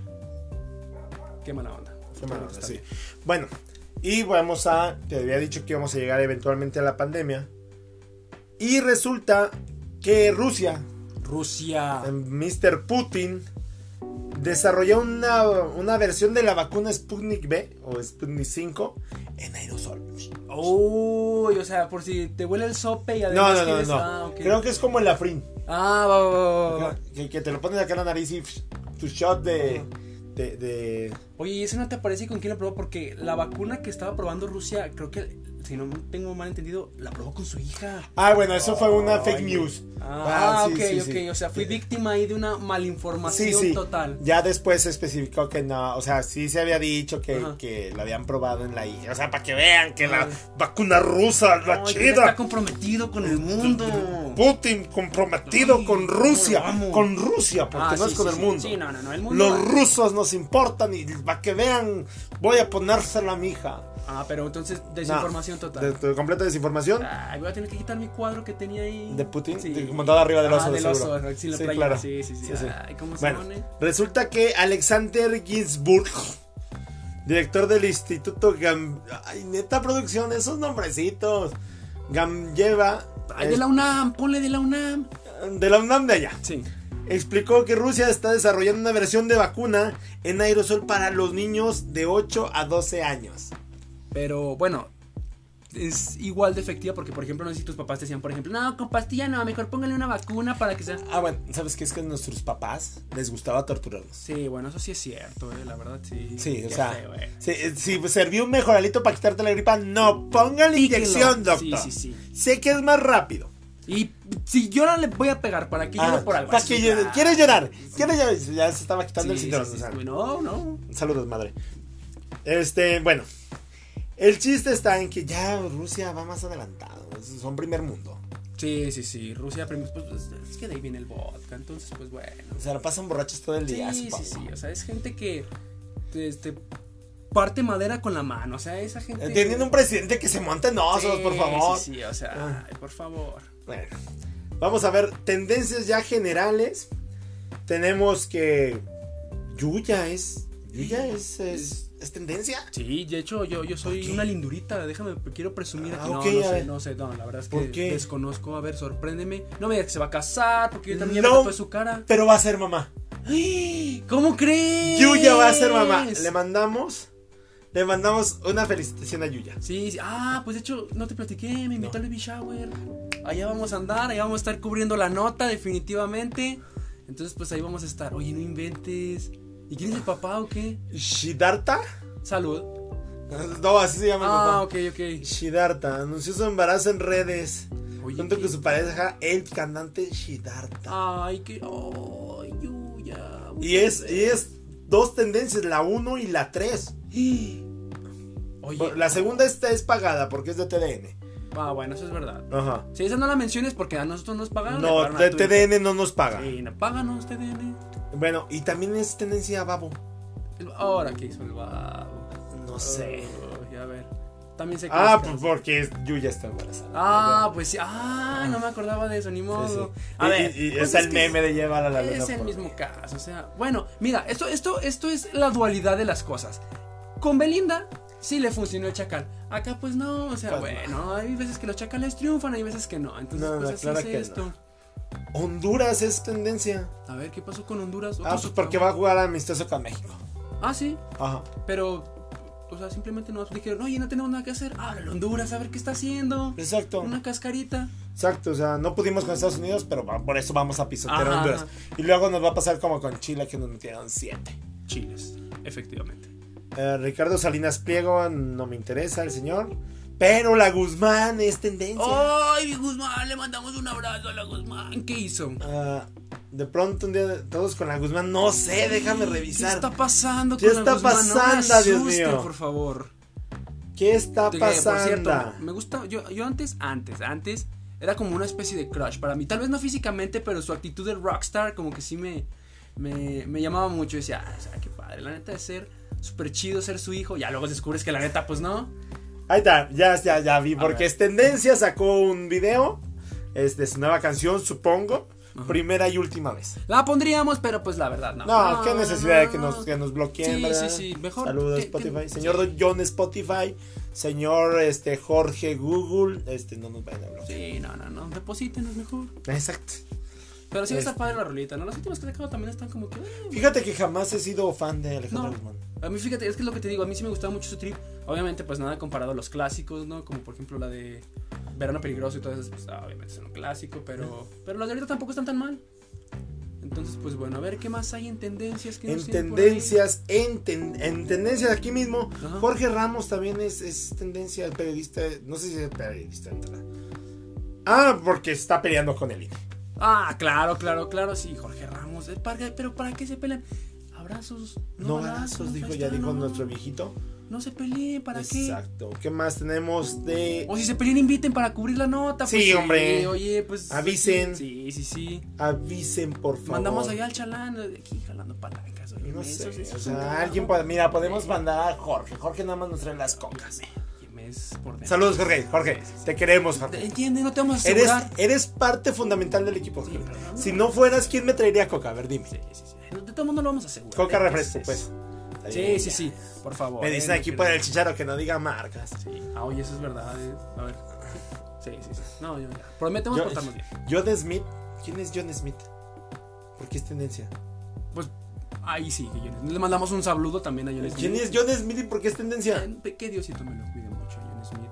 qué mala onda. Qué mala onda, sí. Bueno, y vamos a, te había dicho que íbamos a llegar eventualmente a la pandemia. Y resulta que Rusia, Rusia, mister Putin, desarrolló una, una versión de la vacuna Sputnik V o Sputnik cinco en aerosol. Uy, o sea, por si te huele el sope y además no, no, no, quieres... no. Ah, okay. Creo que es como el Afrin. Ah, va, va, va, va. Que, que te lo pones acá en la nariz y tu shot de... De, de... Oye, ¿y eso no te parece con quién lo probó? Porque la vacuna que estaba probando Rusia, creo que, si no tengo mal entendido, la probó con su hija. Ah, bueno, eso oh, fue una fake ay, news. Ah, ah sí, ok, sí, ok. Sí. O sea, fui víctima ahí de una malinformación sí, sí. total. Ya después se especificó que no, o sea, sí se había dicho que, que la habían probado en la hija. O sea, para que vean que la vacuna rusa, la no, chida. Está comprometido con el mundo. Putin comprometido ay, con Rusia. Con Rusia, porque ah, no sí, es con sí, el mundo. Sí, no, no, no, el mundo. Los rusos nos importan y para que vean, voy a ponérsela a mi hija. Ah, pero entonces desinformación no, total. De, de completa desinformación. Ay, voy a tener que quitar mi cuadro que tenía ahí. ¿De Putin? Sí. De, montado arriba del oso, ah, de del seguro. oso, sí, la sí, playa. claro. Sí, sí, sí. sí, sí. Ay, ¿cómo se bueno, pone? Resulta que Alexander Ginsburg, director del Instituto Gam... Ay, neta producción, esos nombrecitos. Gamlleva. Ay, de la UNAM, ponle de la UNAM. De la UNAM de allá. Sí. Explicó que Rusia está desarrollando una versión de vacuna en aerosol para los niños de ocho a doce años. Pero bueno, es igual de efectiva porque, por ejemplo, no sé si tus papás te decían, por ejemplo, no, con pastilla no, mejor póngale una vacuna para que sea... Ah, bueno, ¿sabes qué? Es que a nuestros papás les gustaba torturarlos. Sí, bueno, eso sí es cierto, eh, la verdad, sí. Sí, o qué sea, feo, eh. si, si servía un mejoralito para quitarte la gripa, no, ponga la inyección, doctor. Sí, sí, sí. Sé que es más rápido. Y si llora le voy a pegar para que llore ah, por algo. Para que llore. ¿Quieres llorar? ¿Quieres llorar? Ya se estaba quitando sí, el cinturón. Sí, sí, o sea. sí. No, no. Saludos, madre. Este, bueno. El chiste está en que ya Rusia va más adelantado. Son primer mundo. Sí, sí, sí. Rusia, pues, pues, es que de ahí viene el vodka. Entonces, pues bueno. O sea, lo pasan borrachos todo el día. Sí, sí, sí. O sea, es gente que este, parte madera con la mano. O sea, esa gente. Teniendo un presidente que se monta en osos, sí, por favor. Sí, sí, o sea, ah. ay, por favor. Bueno, vamos a ver tendencias ya generales. Tenemos que Yuya es. Yuya es. es ¿Es tendencia? Sí, de hecho, yo, yo soy una lindurita. Déjame, quiero presumir Ah, aquí. No, okay, no a sé, ver. no sé, no, la verdad es ¿Por que qué? desconozco. A ver, sorpréndeme. No me digas que se va a casar, porque yo también No. me tatué su cara. Pero va a ser mamá. ¡Ay! ¿Cómo crees? Yuya va a ser mamá. Le mandamos, le mandamos una felicitación a Yuya. Sí, sí. Ah, pues de hecho, no te platiqué, me invitó No. al baby shower. Allá vamos a andar, allá vamos a estar cubriendo la nota, definitivamente. Entonces, pues ahí vamos a estar. Oye, no inventes. ¿Y quién es el papá o qué? Siddhartha. Salud. No, así se llama el Ah, papá. ok, ok. Siddhartha anunció su embarazo en redes. Oye, Junto ¿qué? con su pareja, el cantante Siddhartha. Ay, qué. Ay, Yuya. Y es, y es dos tendencias, la uno y la tres. Oye. La segunda esta es pagada porque es de T D N. Ah, bueno, eso es verdad. Ajá. Si esa no la menciones porque a nosotros nos pagaron. le No, pagaron a de tu T hijo. D N no nos paga. Sí, no, páganos T D N. Bueno, y también es tendencia babo. El- Ahora, ¿qué hizo el babo? No sé. Ay, a ver. También sé que Ah, es pues caso. porque Yuya está embarazada. Ah, pues sí. Ah, no me acordaba de eso, ni modo. Sí, sí. A Y- ver. y, y pues está es el que meme de llevar a la luna. Es el por- mismo caso, o sea, bueno, mira, esto, esto, esto es la dualidad de las cosas. Con Belinda sí le funcionó el chacal. Acá pues no, o sea, Pues bueno, hay veces que los chacales triunfan, hay veces que no. Entonces, No, no, pues así claro es que esto. Honduras es tendencia. A ver, ¿qué pasó con Honduras? Ah, pues porque va a jugar amistoso con México. Ah, sí, Ajá. pero, o sea, simplemente nos dijeron, oye, no tenemos nada que hacer. Ah, Honduras, a ver qué está haciendo. Exacto. Una cascarita. Exacto, o sea, no pudimos con Estados Unidos, pero va- por eso vamos a pisotear Ajá. a Honduras. Y luego nos va a pasar como con Chile, que nos metieron siete. Chiles, efectivamente. Eh, Ricardo Salinas Pliego, no me interesa el señor. Pero la Guzmán es tendencia. Ay, mi Guzmán, le mandamos un abrazo a la Guzmán. ¿Qué hizo? Ah, de pronto un día todos con la Guzmán, no sé, déjame revisar. ¿Qué está pasando ¿Qué con está la Guzmán? No me pasando, Dios asusten, mío? por favor. ¿Qué está Que, por pasando? cierto, me gusta, yo, yo antes, antes, antes, era como una especie de crush para mí. Tal vez no físicamente, pero su actitud de rockstar como que sí me, me, me llamaba mucho. Decía, ah, o sea, qué padre, la neta de ser súper chido ser su hijo. Ya luego descubres que la neta, pues no. Ahí está, ya, ya, ya vi, A porque ver. es tendencia, sacó un video, es de su nueva canción, supongo, Ajá. primera y última vez. La pondríamos, pero pues la verdad, no. No, qué necesidad de que no. nos, que nos bloqueen, Sí, ¿verdad? sí, sí, mejor Saludos que- Spotify. que- Señor sí. John Spotify, señor este Jorge Google, este no nos vayan a bloquear. Sí, no, no, no, deposítenos mejor. Exacto. Pero sí está Este. padre la rolita, ¿no? Las últimas que he sacado también están como que... eh, Fíjate que jamás he sido fan de Alejandro No. Guzmán. A mí, fíjate, es que es lo que te digo, a mí sí me gustaba mucho su trip. Obviamente, pues nada comparado a los clásicos, ¿no? Como por ejemplo la de Verano Peligroso y todo eso, pues obviamente es un clásico, pero, pero las de ahorita tampoco están tan mal. Entonces, pues bueno, a ver qué más hay en tendencias. Que En nos tienen por ahí? tendencias, en, ten- en tendencias aquí mismo, Ajá. Jorge Ramos también es, es tendencia, periodista, no sé si es periodista. entra. Ah, porque está peleando con el I N E. Ah, claro, claro, claro, sí, Jorge Ramos. eh, para- Pero ¿para qué se pelean? Abrazos, no, No balazos, balazos, dijo, ahí ya está, dijo no, nuestro viejito. No se peleen, ¿para qué? Exacto. ¿Qué más tenemos de O si se pelean, inviten para cubrir la nota. Sí, pues, hombre. Oye, pues. Avisen. Sí, sí, sí. avisen, por favor? Mandamos allá al chalán, de aquí jalando palancas. Oye, No eso- sé, eso o es un sea, trabajo. alguien puede, mira, podemos mandar a Jorge. Jorge nada más nos trae las cocas. Oye, mes por dentro. Saludos, Jorge. Jorge, te queremos, Jorge. Entiende, no te vamos a Eres, asegurar. eres parte fundamental del equipo. Sí, Jorge. pero no. Si no fueras, ¿quién me traería coca? A ver, dime. Sí, sí, sí. De todo mundo lo vamos a asegurar. Coca ¿eh? refresco, Es- pues. es- Está Sí, bien, sí, ya. sí. Por favor. Me eh, dicen no aquí quiero- por el chicharo que no diga marcas. Sí. Ah, oye, eso es verdad. eh. A ver. Sí, sí, sí. No, yo ya. Prometemos Yo- portarnos bien. John Smith. ¿Quién es John Smith? ¿Por qué es tendencia? Pues ahí sí, que yo- le mandamos un saludo también a John Smith. ¿Quién es John Smith y por qué es tendencia? Eh, Que Diosito me lo cuide mucho, John Smith.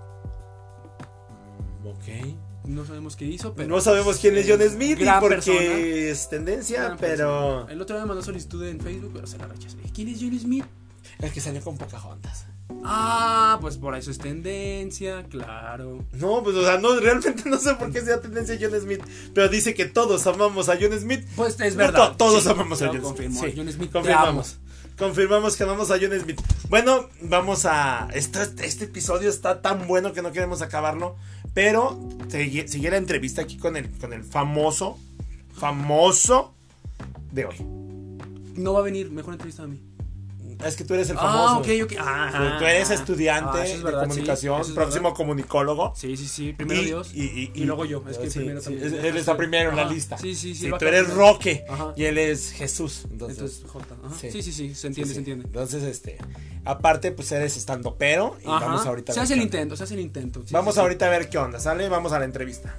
Ok. No sabemos qué hizo, pero. No sabemos quién es John Smith y Gran por persona. qué es tendencia, Gran pero persona. El otro día me mandó solicitud en Facebook, pero se la rechazé. ¿Quién es John Smith? el que salió con Pocahontas. Ah, pues por eso es tendencia, claro. No, pues o sea, no, realmente no sé por qué sea tendencia John Smith, pero dice que todos amamos a John Smith. Pues es No, verdad. to- todos sí, amamos a lo John confirmó. Smith. Sí, John Smith, te confirmamos. Confirmamos que amamos a John Smith. Bueno, vamos a. Esto, este episodio está tan bueno que no queremos acabarlo. Pero sigue, sigue la entrevista aquí con el, con el famoso. Famoso de hoy. amo. No va a venir, mejor entrevista a mí. Es que tú eres el famoso. Ah, ok, ok. Ah, tú eres estudiante ah, eso es verdad, de comunicación, sí, es próximo verdad. comunicólogo. Sí, sí, sí. Primero y, Dios. Y, y, y luego yo. Es que sí, primero sí, también. Él está primero en la Ajá. lista. Sí, sí, sí. Sí, va tú eres cambiando. Roque Ajá. y él es Jesús. Entonces, Entonces, J. Ajá. sí. Sí, sí, sí. Se entiende, sí, se sí. entiende. Entonces, este, aparte, pues eres estando pero y Ajá. vamos ahorita a Se ver hace qué el onda. intento, se hace el intento. Sí, Vamos sí, sí. ahorita a ver qué onda, ¿sale? Vamos a la entrevista.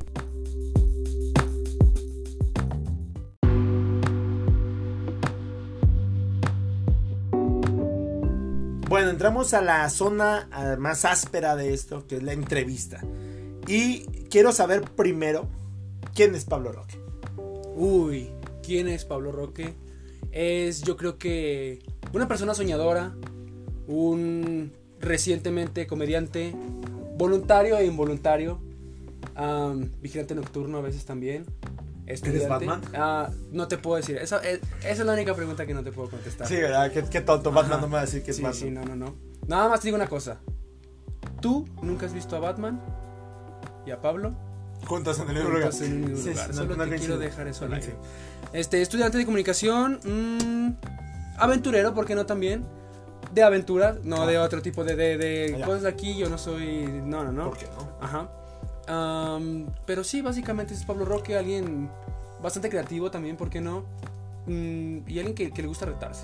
Bueno, entramos a la zona uh, más áspera de esto, que es la entrevista. Y quiero saber primero, ¿quién es Pablo Roque? Uy, ¿quién es Pablo Roque? Es, yo creo que una persona soñadora, un recientemente comediante, voluntario e involuntario, um, vigilante nocturno a veces también. ¿Eres Batman? Uh, no te puedo decir. Esa es, esa es la única pregunta que no te puedo contestar. Sí, ¿verdad? Qué, qué tonto. Batman Ajá. no me va a decir que es Sí, Batman. sí, no, no, no. Nada más te digo una cosa. ¿Tú nunca has visto a Batman y a Pablo Juntos en el mismo lugar. juntos en un mismo Sí, lugar? sí, Solo no, no te quiero coincide. dejar eso al No aire. coincide. Este, estudiante de comunicación, mmm, aventurero, ¿por qué no también? De aventuras, no Ah. de otro tipo de, de, de Ah, ya. cosas de aquí, yo no soy, no, no, no. ¿Por qué no? Ajá. Am, pero sí, básicamente es Pablo Roque, alguien bastante creativo también, ¿por qué no? Mm, y alguien que, que le gusta retarse.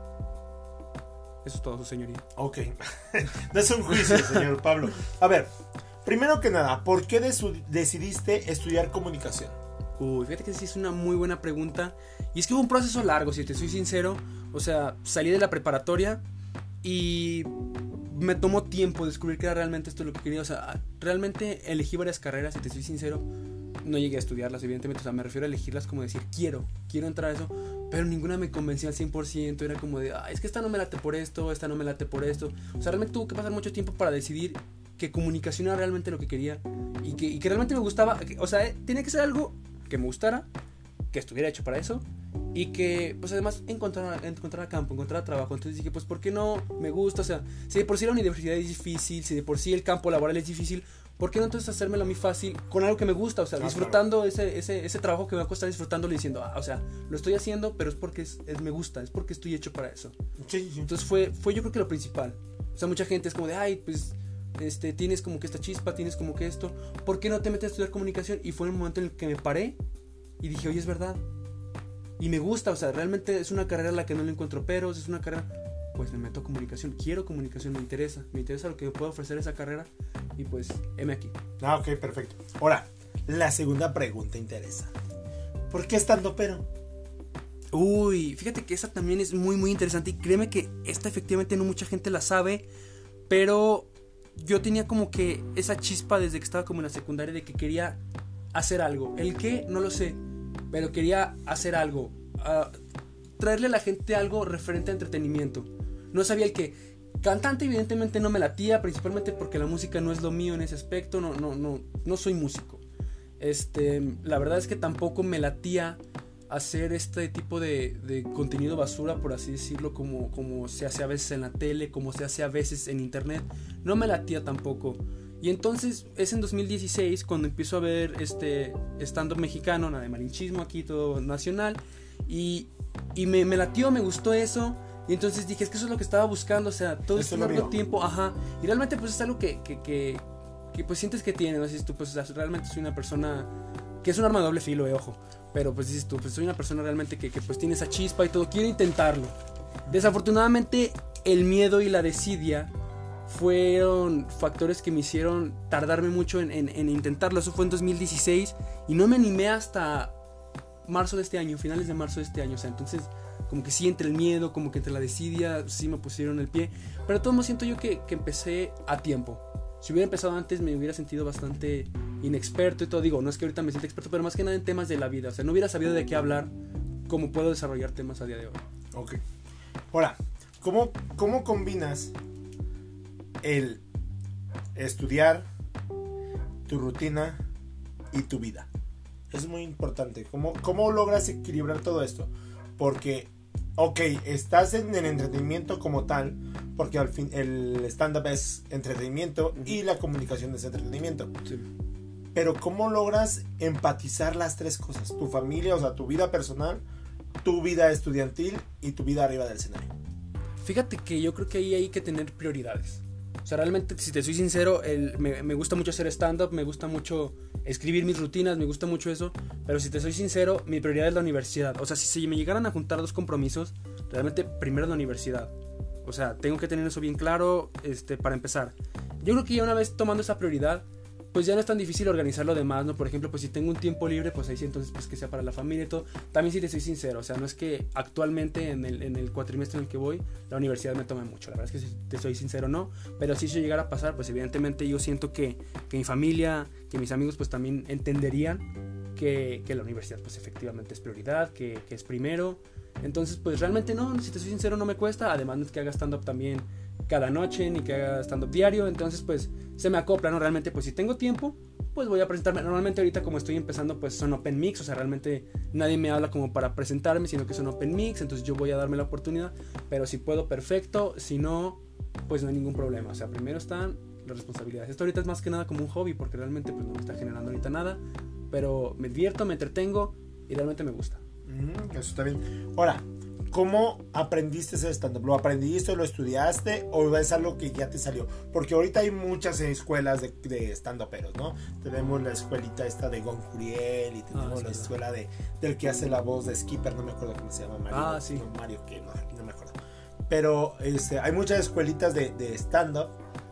Eso es todo, su señoría. Ok. No es un juicio, señor Pablo. A ver, primero que nada, ¿por qué desu- decidiste estudiar comunicación? Uy, fíjate que sí es una muy buena pregunta. Y es que hubo un proceso largo, si te soy sincero. O sea, salí de la preparatoria y me tomó tiempo descubrir que era realmente esto lo que quería. O sea, realmente elegí varias carreras, si te soy sincero. No llegué a estudiarlas, evidentemente. O sea, me refiero a elegirlas como decir, quiero, quiero entrar a eso. Pero ninguna me convencía al cien por ciento. Era como de, ah, es que esta no me late por esto, esta no me late por esto. O sea, realmente tuvo que pasar mucho tiempo para decidir que comunicación era realmente lo que quería. Y que, y que realmente me gustaba. Que, o sea, eh, tenía que ser algo que me gustara, que estuviera hecho para eso. Y que, pues además, encontrar, encontrar campo, encontrar trabajo. Entonces dije, pues, ¿por qué no? Me gusta, o sea, si de por sí la universidad es difícil, si de por sí el campo laboral es difícil, ¿por qué no entonces hacérmelo a mí fácil con algo que me gusta? O sea, Ah, disfrutando claro. ese, ese, ese trabajo que me va a costar, disfrutándolo y diciendo, ah, o sea, lo estoy haciendo, pero es porque es, es, me gusta, es porque estoy hecho para eso. Sí, sí. Entonces fue, fue yo creo que lo principal. O sea, mucha gente es como de, ay, pues, este, tienes como que esta chispa, tienes como que esto, ¿por qué no te metes a estudiar comunicación? Y fue el momento en el que me paré y dije, oye, es verdad. Y me gusta, o sea, realmente es una carrera a la que no le encuentro peros, es una carrera, pues me meto a comunicación, quiero comunicación, me interesa, me interesa lo que me puede ofrecer esa carrera y pues, heme aquí. Ah, ok, perfecto. Ahora, la segunda pregunta interesa. ¿Por qué estando pero? Uy, fíjate que esa también es muy, muy interesante y créeme que esta efectivamente no mucha gente la sabe, pero yo tenía como que esa chispa desde que estaba como en la secundaria de que quería hacer algo. ¿El qué? No lo sé. Pero quería hacer algo, uh, traerle a la gente algo referente a entretenimiento. No sabía el qué. Cantante evidentemente no me latía, principalmente porque la música no es lo mío en ese aspecto, no, no, no, no soy músico. Este, la verdad es que tampoco me latía hacer este tipo de, de contenido basura, por así decirlo, como, como se hace a veces en la tele, como se hace a veces en internet. No me latía tampoco. Y entonces es en dos mil dieciséis cuando empiezo a ver este stand-up mexicano, nada de malinchismo aquí, todo nacional. Y, y me, me latió, me gustó eso. Y entonces dije, es que eso es lo que estaba buscando, o sea, todo este largo tiempo, ajá. Y realmente pues es algo que, que, que, que pues sientes que tiene, ¿no? Dices tú, pues o sea, realmente soy una persona que es un arma de doble filo, eh, ojo. Pero pues dices tú, pues soy una persona realmente que, que pues tiene esa chispa y todo, quiero intentarlo. Desafortunadamente el miedo y la desidia fueron factores que me hicieron tardarme mucho en, en, en intentarlo. Eso fue en dos mil dieciséis y no me animé hasta marzo de este año, finales de marzo de este año. O sea, entonces como que sí, entre el miedo, como que entre la desidia, sí me pusieron el pie. Pero de todos modos siento yo que, que empecé a tiempo. Si hubiera empezado antes me hubiera sentido bastante inexperto y todo. Digo, no es que ahorita me sienta experto, pero más que nada en temas de la vida. O sea, no hubiera sabido de qué hablar, cómo puedo desarrollar temas a día de hoy. Ok. Ahora, ¿cómo, cómo combinas el estudiar, tu rutina y tu vida? Es muy importante. ¿Cómo, cómo logras equilibrar todo esto? Porque, ok, estás en el entretenimiento como tal, porque al fin el stand-up es entretenimiento uh-huh. y la comunicación es entretenimiento. Sí. Pero ¿cómo logras empatizar las tres cosas? Tu familia, o sea, tu vida personal, tu vida estudiantil y tu vida arriba del escenario. Fíjate que yo creo que ahí hay que tener prioridades. O sea, realmente, si te soy sincero, el, me, me gusta mucho hacer stand-up, me gusta mucho escribir mis rutinas, me gusta mucho eso. Pero si te soy sincero, mi prioridad es la universidad. O sea, si, si me llegaran a juntar dos compromisos, realmente primero es la universidad. O sea, tengo que tener eso bien claro, este, para empezar. Yo creo que ya una vez tomando esa prioridad, pues ya no es tan difícil organizar lo demás, ¿no? Por ejemplo, pues si tengo un tiempo libre, pues ahí sí, entonces pues que sea para la familia y todo. También, si te soy sincero, o sea, no es que actualmente en el, en el cuatrimestre en el que voy, la universidad me tome mucho. La verdad es que si te soy sincero, no. Pero si eso llegara a pasar, pues evidentemente yo siento que, que mi familia, que mis amigos pues también entenderían que, que la universidad pues efectivamente es prioridad, que, que es primero. Entonces pues realmente no, si te soy sincero, no me cuesta. Además no es que haga stand-up también cada noche, ni que haga stand-up diario. Entonces pues se me acopla, ¿no? Realmente pues si tengo tiempo, pues voy a presentarme. Normalmente ahorita como estoy empezando, pues son open mix. O sea, realmente nadie me habla como para presentarme, sino que son open mix. Entonces yo voy a darme la oportunidad. Pero si puedo, perfecto. Si no, pues no hay ningún problema. O sea, primero están las responsabilidades. Esto ahorita es más que nada como un hobby, porque realmente pues no me está generando ahorita nada. Pero me divierto, me entretengo y realmente me gusta. Mm, eso está bien. Ahora, ¿cómo aprendiste ese stand-up? ¿Lo aprendiste, lo estudiaste o es algo que ya te salió? Porque ahorita hay muchas escuelas de, de stand-uperos, ¿no? Tenemos la escuelita esta de Gon Curiel y tenemos ah, sí, la escuela de, del que hace la voz de Skipper, no me acuerdo cómo se llama, Mario. Ah, sí. No, Mario, que no, no me acuerdo. Pero este, hay muchas escuelitas de, de stand-up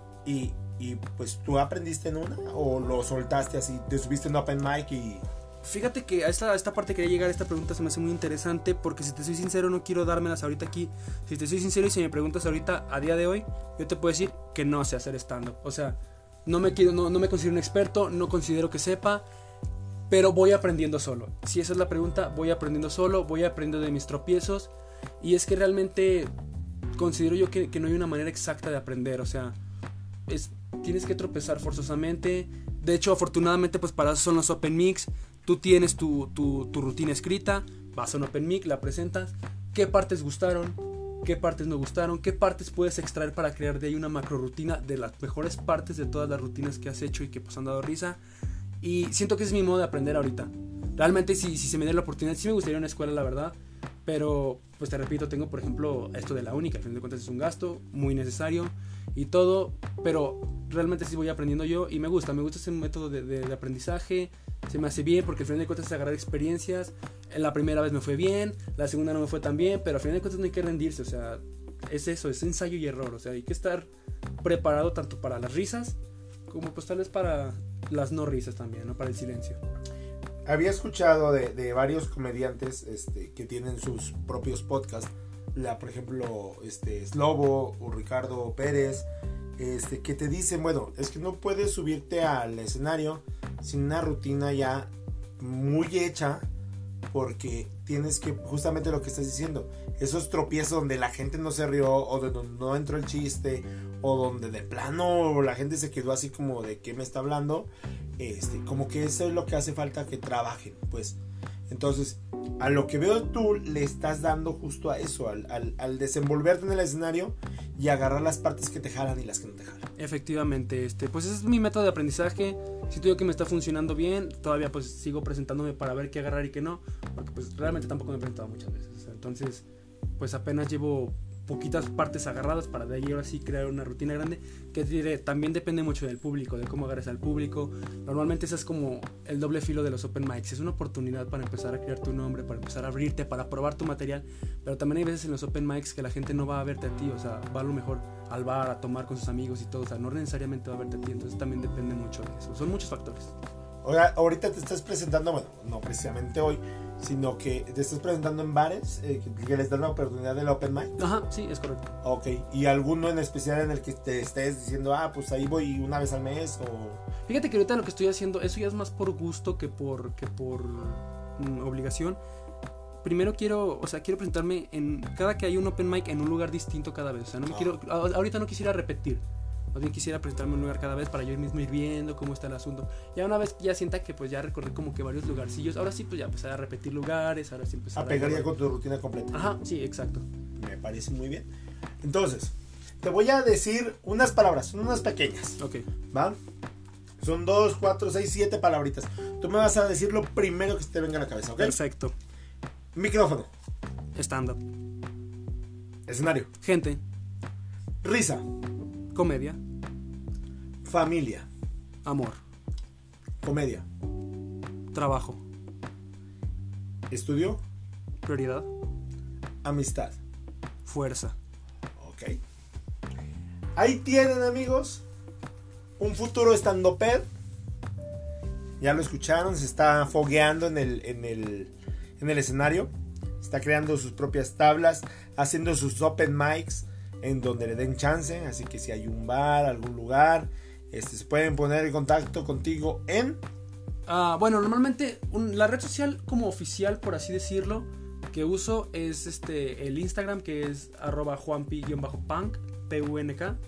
y, y pues ¿tú aprendiste en una o lo soltaste así? ¿Te subiste en open mic y...? Fíjate que a esta, a esta parte quería llegar, esta pregunta se me hace muy interesante, porque si te soy sincero no quiero dármelas ahorita aquí. Si te soy sincero y si me preguntas ahorita a día de hoy, yo te puedo decir que no sé hacer stand-up. O sea, no me, quiero, no, no me considero un experto, no considero que sepa, pero voy aprendiendo solo. Si esa es la pregunta, voy aprendiendo solo, voy aprendiendo de mis tropiezos. Y es que realmente considero yo que, que no hay una manera exacta de aprender. O sea, es, tienes que tropezar forzosamente. De hecho, afortunadamente, pues para eso son los open mix. Tú tienes tu, tu, tu rutina escrita, vas a un open mic, la presentas, qué partes gustaron, qué partes no gustaron, qué partes puedes extraer para crear de ahí una macro rutina de las mejores partes de todas las rutinas que has hecho y que pues han dado risa. Y siento que ese es mi modo de aprender ahorita. Realmente si, si se me diera la oportunidad, sí me gustaría una escuela, la verdad. Pero pues te repito, tengo por ejemplo esto de la uni, que al fin de cuentas es un gasto muy necesario y todo, pero realmente sí voy aprendiendo yo y me gusta, me gusta ese método de, de, de aprendizaje. Se me hace bien porque al final de cuentas es agarrar experiencias. En la primera vez me fue bien, la segunda no me fue tan bien, pero al final de cuentas no hay que rendirse. O sea, es eso, es ensayo y error. O sea, hay que estar preparado tanto para las risas como pues tal vez para las no risas también, ¿no? Para el silencio. Había escuchado de, de varios comediantes este, que tienen sus propios podcasts. La, por ejemplo, este, Slobo o Ricardo Pérez, este, que te dicen, bueno, es que no puedes subirte al escenario sin una rutina ya muy hecha, porque tienes que, justamente lo que estás diciendo, esos tropiezos donde la gente no se rió o donde no entró el chiste o donde de plano la gente se quedó así como de ¿qué me está hablando? Este, como que eso es lo que hace falta que trabajen, pues. Entonces, a lo que veo tú le estás dando justo a eso, al, al, al desenvolverte en el escenario y agarrar las partes que te jalan y las que no te jalan. Efectivamente, este, pues ese es mi método de aprendizaje. Siento yo que me está funcionando bien. Todavía pues sigo presentándome para ver qué agarrar y qué no, porque pues realmente tampoco me he presentado muchas veces. O sea, entonces, pues apenas llevo poquitas partes agarradas para de ahí ahora sí crear una rutina grande, que diré, también depende mucho del público, de cómo agarres al público. Normalmente ese es como el doble filo de los open mics, es una oportunidad para empezar a crear tu nombre, para empezar a abrirte, para probar tu material, pero también hay veces en los open mics que la gente no va a verte a ti, o sea, va a lo mejor al bar a tomar con sus amigos y todo, o sea, no necesariamente va a verte a ti, entonces también depende mucho de eso, son muchos factores. Ahora, ahorita te estás presentando, bueno, no precisamente hoy, sino que te estás presentando en bares eh, que, que les dan la oportunidad del open mic. Ajá, sí, es correcto. Ok, ¿y alguno en especial en el que te estés diciendo, ah, pues ahí voy una vez al mes o...? Fíjate que ahorita lo que estoy haciendo, eso ya es más por gusto que por, que por mm, obligación. Primero quiero, o sea, quiero presentarme en cada que hay un open mic en un lugar distinto cada vez, o sea, no me oh. quiero, ahorita no quisiera repetir. Más bien quisiera presentarme en un lugar cada vez para yo mismo ir viendo cómo está el asunto. Ya una vez que ya sienta que pues ya recorrí como que varios lugarcillos, ahora sí pues ya empezar a repetir lugares, ahora sí empezar a pegar ya con tu rutina completa. Ajá, sí, exacto. Me parece muy bien. Entonces, te voy a decir unas palabras, son unas pequeñas. Ok. ¿Va? Son dos, cuatro, seis, siete palabritas. Tú me vas a decir lo primero que se te venga a la cabeza, ¿ok? Perfecto. Micrófono. Stand up. Escenario. Gente. Risa. Comedia. Familia. Amor. Comedia. Trabajo. Estudio. Prioridad. Amistad. Fuerza. Ok. Ahí tienen, amigos, un futuro estandoped. Ya lo escucharon, se está fogueando en el, en el, en el escenario. Está creando sus propias tablas, haciendo sus open mics en donde le den chance. Así que si hay un bar, algún lugar, este, se pueden poner en contacto contigo en... Ah, bueno, normalmente un- la red social como oficial, por así decirlo, que uso es este el Instagram, que es arroba juanpi-punk, P U N K.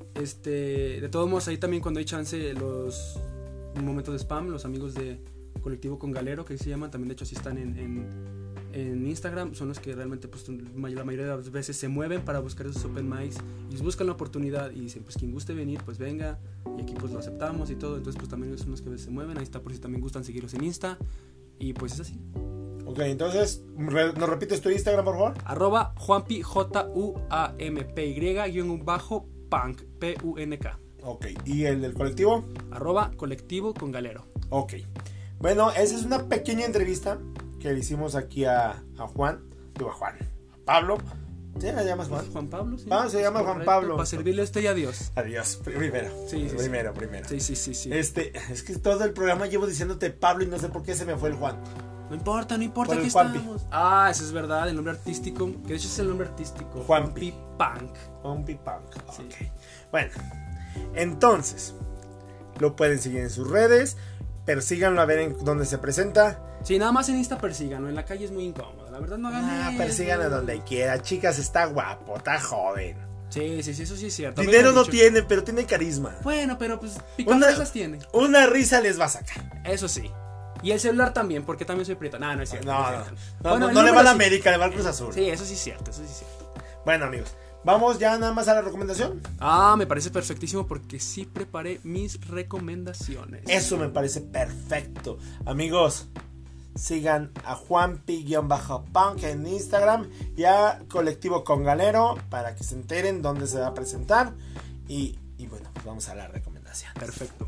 Este, de todos modos, ahí también cuando hay chance, los momentos de spam, los amigos de Colectivo con Galero, que se llaman, también de hecho sí están en, en, en Instagram, son los que realmente pues, la mayoría de las veces se mueven para buscar esos open mics y buscan la oportunidad y dicen, pues quien guste venir, pues venga, y aquí pues lo aceptamos y todo, entonces pues también son los que a veces se mueven, ahí está por si también gustan seguirlos en Insta, y pues es así. Ok, entonces, re- ¿nos repites tu Instagram, por favor? Arroba Juanpi, J U A M P Y, guión bajo, punk, P U N K. Ok, ¿y el del colectivo? Arroba Colectivo con Galero. Ok. Bueno, esa es una pequeña entrevista que le hicimos aquí a, a Juan. Digo, a Juan. A Pablo. ¿Sí le llamas Juan? Juan Pablo, sí. Ah, se llama Es Juan correcto, Pablo. Para servirle a usted y a Dios. Adiós. Primero. Sí, sí, primero, primero. Sí, sí, sí, sí. Este, es que todo el programa llevo diciéndote Pablo y no sé por qué se me fue el Juan. No importa, no importa, Por el aquí Juanpi. estamos. Ah, eso es verdad, el nombre artístico, que de hecho es el nombre artístico. Juanpi. Punk. Un pipunk. Sí. Ok. Bueno, entonces, lo pueden seguir en sus redes. Persíganlo a ver en dónde se presenta. Sí, nada más en Insta persíganlo, en la calle es muy incómodo, la verdad no hagan Ah, eso. persíganlo donde quiera. Chicas, está guapo, está joven. Sí, sí, sí, eso sí es cierto. Dinero Me lo no han dicho. tiene, pero tiene carisma. Bueno, pero pues Una- picosas tiene. Una risa les va a sacar. Eso sí. Y el celular también, porque también soy prieto. No, no es cierto. No, es no, cierto. no, Bueno, no, el no le va número a la sí. América, le va al Cruz Azul. Sí, eso sí es cierto, eso sí es cierto. Bueno, amigos, vamos ya nada más a la recomendación. Ah, me parece perfectísimo porque sí preparé mis recomendaciones. Eso me parece perfecto. Amigos, sigan a Juanpi-Punk en Instagram y a Colectivo con Galero para que se enteren dónde se va a presentar. Y, y bueno, pues vamos a la recomendación. Perfecto.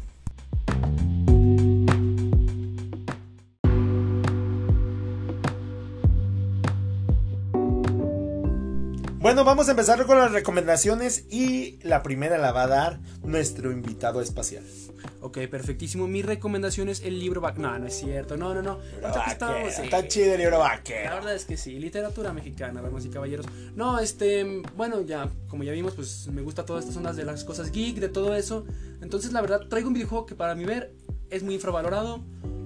Bueno, vamos a empezar con las recomendaciones y la primera la va a dar nuestro invitado espacial. Ok, perfectísimo. Mi recomendación es el libro... va- No, no es cierto. No, no, no. Ahorita que estamos, sí. Está chido el libro La vaquero. verdad es que sí, literatura mexicana, damas y caballeros. No, este, bueno, ya, como ya vimos, pues me gusta todas estas ondas de las cosas geek, de todo eso. Entonces, la verdad, traigo un videojuego que para mi ver es muy infravalorado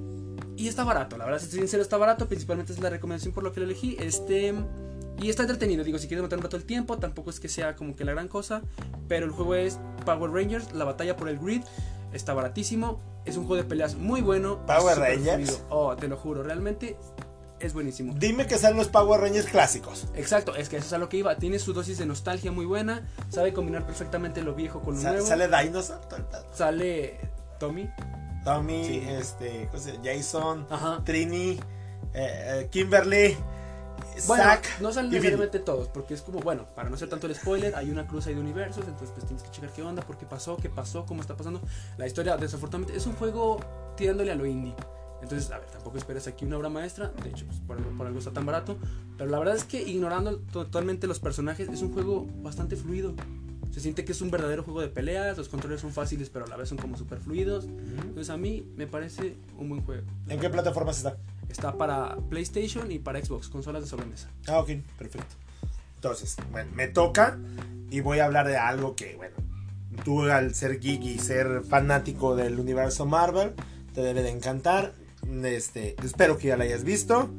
y está barato. La verdad, si estoy sincero, está barato. Principalmente es la recomendación por lo que lo elegí. Este, y está entretenido. Digo, si quieres matar un rato el tiempo, tampoco es que sea como que la gran cosa. Pero el juego es Power Rangers, la batalla por el grid. Está baratísimo. Es un juego de peleas muy bueno. ¿Power súper Rangers? fluido. Oh, te lo juro, realmente es buenísimo. Dime que salen los Power Rangers clásicos. Exacto, es que eso es a lo que iba. Tiene su dosis de nostalgia muy buena. Sabe combinar perfectamente lo viejo con lo Sa- nuevo. sale Dinosaur, todo el pedo. Sale Tommy. Tommy, Sí. este, ¿cómo se llama? Jason, Ajá. Trini, eh, eh, Kimberly, Bueno, Zack no salen y Billy. necesariamente todos, porque es como, bueno, para no hacer tanto el spoiler, hay una cruz ahí de universos, entonces pues tienes que checar qué onda, por qué pasó, qué pasó, cómo está pasando. La historia, desafortunadamente, es un juego tirándole a lo indie. Entonces, a ver, tampoco esperes aquí una obra maestra, de hecho, pues, por, algo, por algo está tan barato. Pero la verdad es que ignorando totalmente los personajes, es un juego bastante fluido. Se siente que es un verdadero juego de peleas, los controles son fáciles, pero a la vez son como super fluidos. Entonces a mí me parece un buen juego. ¿En qué plataformas está? Está para PlayStation y para Xbox, consolas de sobremesa. Ah, ok, perfecto. Entonces, bueno, me toca y voy a hablar de algo que, bueno, tú al ser geek y ser fanático del universo Marvel, te debe de encantar. Este, espero que ya la hayas visto.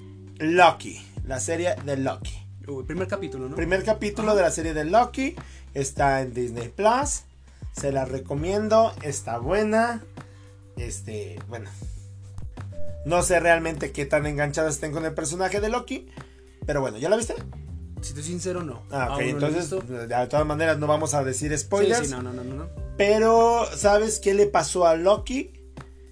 Loki, la serie de Loki. Uh, primer capítulo, ¿no? Primer capítulo de la serie de Loki está en Disney Plus. Se la recomiendo, está buena. Este, bueno, no sé realmente qué tan enganchadas estén con el personaje de Loki, pero bueno, ¿ya la viste? Si te soy sincero, no. Ah, ok, Aún no lo he entonces visto. de todas maneras no vamos a decir spoilers. Sí, sí, no, no, no, no, no. Pero ¿sabes qué le pasó a Loki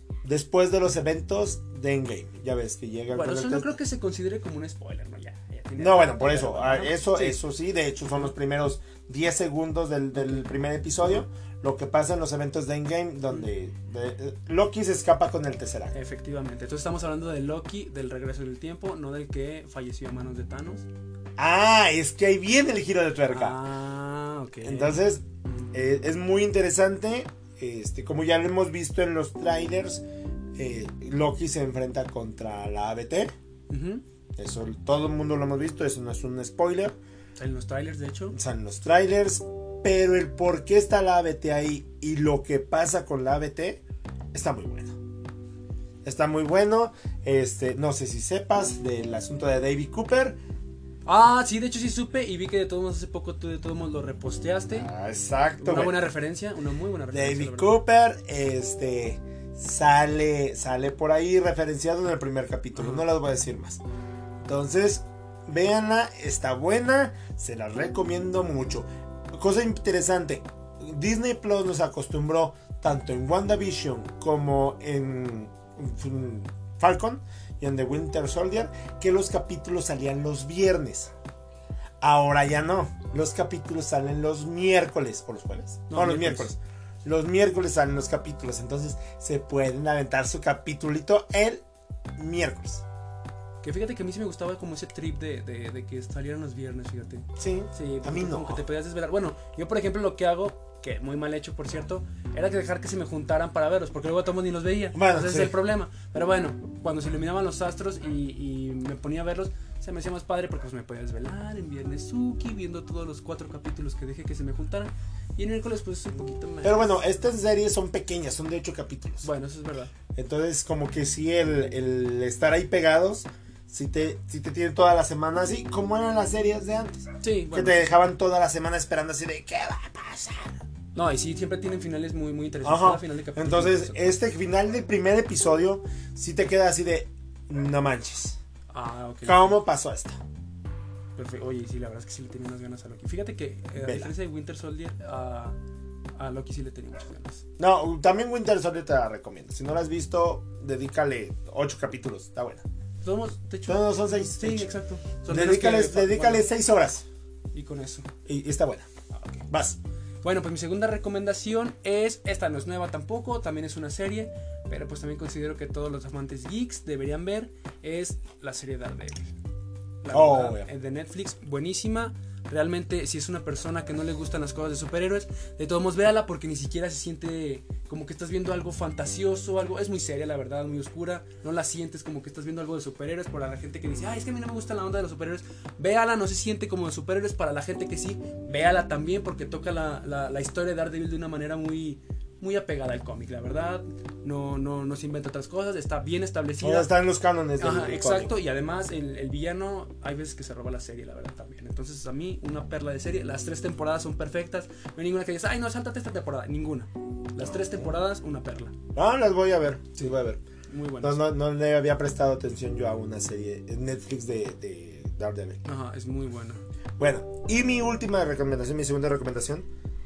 después de los eventos de Endgame? Ya ves que llegan Bueno, con eso el no test- creo que se considere como un spoiler, ¿no? Ya, ya fin. No, bueno, por eso, pero, ¿no? eso, Sí. eso sí, de hecho son los primeros diez segundos del, del primer episodio, lo que pasa en los eventos de Endgame, donde de, Loki se escapa con el Tesseract. Efectivamente, entonces estamos hablando de Loki, del regreso del tiempo, no del que falleció a manos de Thanos. Ah, es que ahí viene el giro de tuerca. Ah, ok. Entonces, eh, es muy interesante, este, como ya lo hemos visto en los trailers, eh, Loki se enfrenta contra la A B T. Uh-huh. Eso todo el mundo lo hemos visto, eso no es un spoiler. En los trailers, de hecho. Salen los trailers, pero el por qué está la A B T ahí y lo que pasa con la A B T está muy bueno. Está muy bueno. Este, no sé si sepas del asunto de David Cooper. Ah, sí, de hecho sí supe y vi que de todos modos hace poco tú de todos modos lo reposteaste. Ah, exacto. Una bueno. buena referencia, una muy buena referencia. David la verdad. Cooper, este, sale, sale por ahí referenciado en el primer capítulo. Ajá. No les voy a decir más. Entonces, véanla, está buena, se la recomiendo mucho. Cosa interesante, Disney Plus nos acostumbró tanto en WandaVision como en, en Falcon y en The Winter Soldier que los capítulos salían los viernes. Ahora ya no, los capítulos salen los miércoles o los jueves. No, No, los miércoles. miércoles. Los miércoles salen los capítulos, entonces se pueden aventar su capítulito el miércoles. Que fíjate que a mí sí me gustaba como ese trip de, de, de que salieran los viernes, fíjate. Sí, Sí, a mí como no. que te podías desvelar. Bueno, yo por ejemplo lo que hago, que muy mal hecho por cierto, era que dejar que se me juntaran para verlos, porque luego a todos ni los veía. Bueno, Ese sí. es el problema. Pero bueno, cuando se iluminaban los astros y, y me ponía a verlos, se me hacía más padre porque pues me podía desvelar en Viernes Suki, viendo todos los cuatro capítulos que dejé que se me juntaran. Y en miércoles pues un poquito más. Pero bueno, estas series son pequeñas, son de ocho capítulos. Bueno, eso es verdad. Entonces, como que sí, el, el estar ahí pegados, sí te, sí te tienen toda la semana, así como eran las series de antes. Sí, bueno. Que te dejaban toda la semana esperando así de, ¿qué va a pasar? No, y sí, siempre tienen finales muy, muy interesantes. Ajá. Cada final de capítulo Entonces, es interesante. este final del primer episodio, sí te queda así de, no manches. Ah, ok. ¿Cómo pasó esto? Perfecto. Oye, sí, la verdad es que sí le tenía unas ganas a Loki. Fíjate que, eh, a Vela. diferencia de Winter Soldier, a, a Loki sí le tenía muchas ganas. No, también Winter Soldier te la recomiendo. Si no la has visto, dedícale ocho capítulos, está buena. Somos, de hecho. No, no, son seis. Sí, de hecho. exacto. Son menos Dedícale, que- dedícale bueno, seis horas. y con eso. Y, y está buena. Ah, ok. Vas. Bueno, pues mi segunda recomendación es, esta no es nueva tampoco, también es una serie, pero pues también considero que todos los amantes geeks deberían ver, es la serie Daredevil. La Oh, verdad, yeah. de Netflix, buenísima. Realmente, si es una persona que no le gustan las cosas de superhéroes, de todos modos véala porque ni siquiera se siente como que estás viendo algo fantasioso, algo, es muy seria la verdad, muy oscura, no la sientes como que estás viendo algo de superhéroes. Para la gente que dice, ay, es que a mí no me gusta la onda de los superhéroes, véala, no se siente como de superhéroes. Para la gente que sí, véala también porque toca la, la, la historia de Daredevil de una manera muy, muy apegada al cómic, la verdad, no, no, no se inventa otras cosas, está bien establecida. Ahora están los cánones del Ajá, del exacto, cómic. y además el, el villano hay veces que se roba la serie, la verdad también. Entonces a mí una perla de serie, las tres temporadas son perfectas, no hay ninguna que digas, ay no, sáltate esta temporada, ninguna. Las tres temporadas, una perla, Ah, las voy a ver. Sí, voy a ver. muy buena. No, no, no le había prestado atención yo a una serie en Netflix de, de Daredevil. Ajá, es muy buena. Bueno, y mi última recomendación, mi segunda recomendación,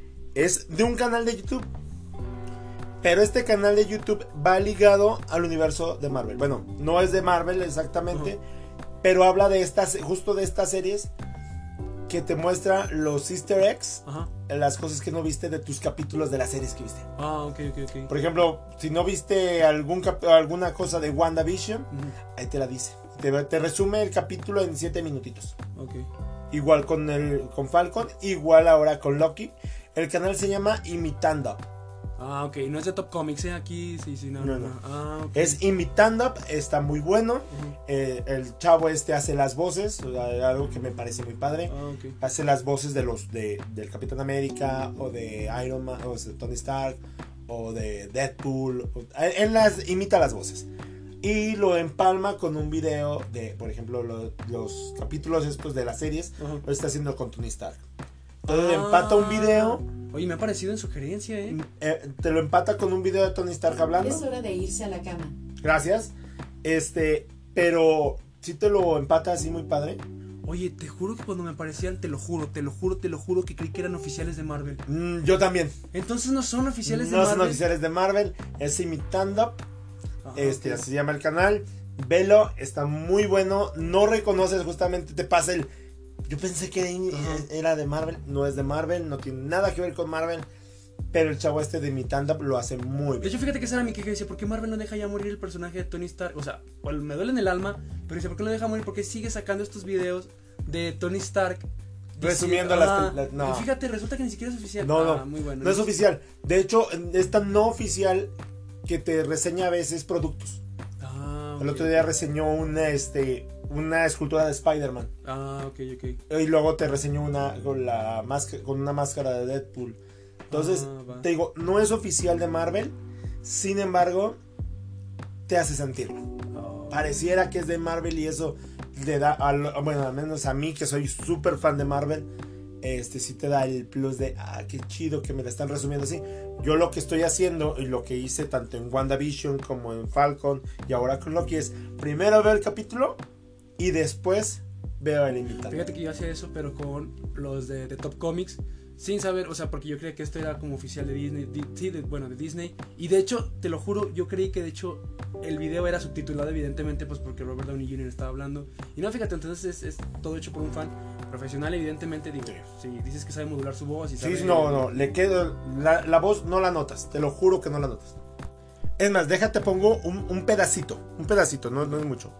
es de un canal de YouTube. Pero este canal de YouTube va ligado al universo de Marvel. Bueno, no es de Marvel exactamente, Ajá. pero habla de estas, justo de estas series que te muestra los easter eggs, Ajá. las cosas que no viste de tus capítulos de las series que viste. Ah, ok, ok, ok. Por ejemplo, si no viste algún cap- alguna cosa de WandaVision, Ujú, ahí te la dice. Te, te resume el capítulo en siete minutitos. ok. Igual con el con Falcon, igual ahora con Loki. El canal se llama Imitando. Ah, ok, no es de Top Comics, ¿eh? Aquí sí, sí, no, No, no. no. no. Ah, ok. Es Imitando, está muy bueno. Ujú. Eh, el chavo este hace las voces, o sea, algo que me parece muy padre. Ah, ok. Hace las voces de los de, del Capitán América o de Iron Man o de Tony Stark o de Deadpool. o- él las imita las voces. Y lo empalma con un video de, por ejemplo, lo- los capítulos estos de las series, Ajá. lo está haciendo con Tony Stark. Entonces Ah. empata un video, Oye, me ha parecido en sugerencia, ¿eh? eh, te lo empata con un video de Tony Stark hablando. Es hora de irse a la cama. Gracias. Este, pero sí te lo empata así muy padre. Oye, te juro que cuando me aparecían, te lo juro, te lo juro, te lo juro que creí que eran oficiales de Marvel. Mm, yo también. Entonces no son oficiales de No Marvel. son oficiales de Marvel, es Imitando. Ajá, Este, ok. así se llama el canal. Velo, está muy bueno. No reconoces, justamente te pasa el... Yo pensé que Ajá. era de Marvel. No es de Marvel, no tiene nada que ver con Marvel. Pero el chavo este de Imitando lo hace muy De bien. hecho, fíjate que esa era mi queja. Decía, ¿por qué Marvel no deja ya morir el personaje de Tony Stark? O sea, well, me duele en el alma, pero dice, ¿por qué no deja morir? Porque sigue sacando estos videos de Tony Stark Resumiendo diciendo, las... ah, las- no. y fíjate, resulta que ni siquiera es oficial. No, Ah, no, muy bueno. no es oficial. De hecho, es tan no oficial que te reseña a veces productos. Ah, El ok. otro día reseñó una, este, una escultura de Spider-Man. Ah, ok, ok. Y luego te reseñó una con, la máscara, con una máscara de Deadpool. Entonces, Ah, va. te digo, no es oficial de Marvel. Sin embargo, te hace sentirlo. Oh. Pareciera que es de Marvel y eso le da, a lo- bueno, al menos a mí que soy súper fan de Marvel, este sí te da el plus de, ah, qué chido que me la están resumiendo así. Yo lo que estoy haciendo y lo que hice tanto en WandaVision como en Falcon y ahora con Loki es, primero veo el capítulo y después veo el invitado. Fíjate que yo hacía eso, pero con los de, de Top Comics, sin saber, o sea, porque yo creía que esto era como oficial de Disney, di- sí, de- bueno, de Disney, y de hecho, te lo juro, yo creí que de hecho el video era subtitulado, evidentemente, pues porque Robert Downey junior estaba hablando, y no, fíjate, entonces es, es todo hecho por un fan profesional, evidentemente, digo, si dices que sabe modular su voz y Sí, sabe... sí, no, no, le quedo, la, la voz no la notas, te lo juro que no la notas. Es más, déjate pongo un, un pedacito, un pedacito, no, no es mucho.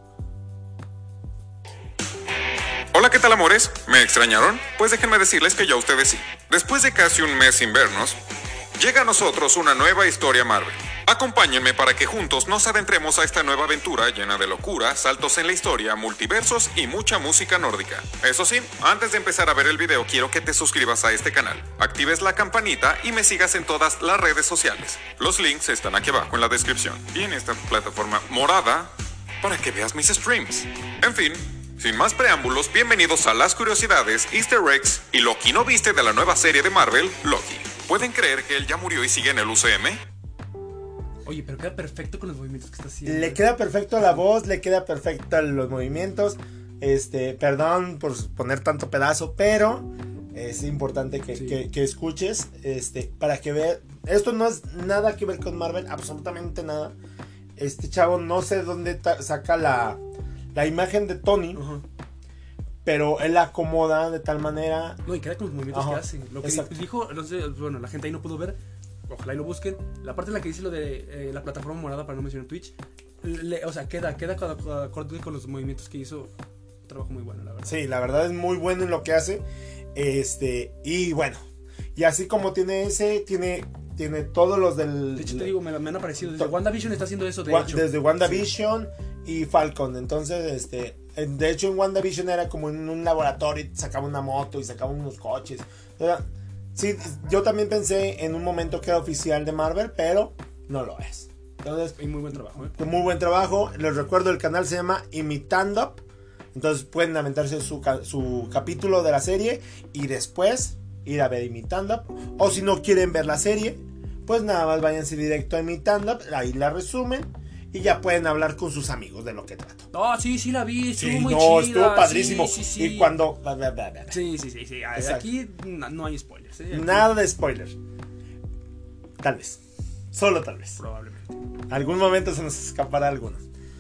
Hola, ¿qué tal, amores? ¿Me extrañaron? Pues déjenme decirles que yo a ustedes sí. Después de casi un mes sin vernos, llega a nosotros una nueva historia Marvel. Acompáñenme para que juntos nos adentremos a esta nueva aventura llena de locura, saltos en la historia, multiversos y mucha música nórdica. Eso sí, antes de empezar a ver el video quiero que te suscribas a este canal, actives la campanita y me sigas en todas las redes sociales. Los links están aquí abajo en la descripción y en esta plataforma morada para que veas mis streams. En fin, sin más preámbulos, bienvenidos a las curiosidades, easter eggs y lo que no viste de la nueva serie de Marvel, Loki. ¿Pueden creer que él ya murió y sigue en el U C M? Oye, pero queda perfecto con los movimientos que está haciendo. Le queda perfecto la voz, le queda perfecto los movimientos. Este, perdón por poner tanto pedazo, pero es importante que, Sí. que, que escuches, este, para que veas. Esto no es nada que ver con Marvel, absolutamente nada. Este chavo no sé dónde ta- saca la, la imagen de Tony, Ajá. pero él la acomoda de tal manera. No, y queda con los movimientos Ajá, que hacen. Lo que exacto. dijo, no sé, bueno, la gente ahí no pudo ver, ojalá y lo busquen. La parte en la que dice lo de eh, la plataforma morada, para no mencionar Twitch, le- o sea, queda, queda con, con- acorde con los movimientos que hizo. Un trabajo muy bueno, la verdad. Sí, la verdad es muy bueno en lo que hace. Este, y bueno, y así como tiene ese, tiene, tiene todos los del. De hecho, te digo, me, me han aparecido. Desde To- WandaVision está haciendo eso, de Wa- hecho. Desde WandaVision y Falcon. Entonces, este, en- de hecho en WandaVision era como en un laboratorio y sacaba una moto y sacaba unos coches. O sea, sí, yo también pensé en un momento que era oficial de Marvel, pero no lo es. Entonces, Y muy buen trabajo, ¿eh? muy buen trabajo. Les recuerdo, el canal se llama Imitando. Entonces pueden aventarse su, ca- su capítulo de la serie y después ir a ver Imitando. O si no quieren ver la serie, pues nada más váyanse directo a Imitando. Ahí la resumen y ya pueden hablar con sus amigos de lo que trato. No, sí, sí la vi, estuvo Sí, muy no, chida. estuvo padrísimo. Sí, sí, sí. Y cuando... Sí, sí, sí, sí. Exacto. Aquí no, no hay spoilers, ¿eh? Aquí, Nada de spoiler. Tal vez. Solo tal vez. Probablemente. Algún momento se nos escapará alguno.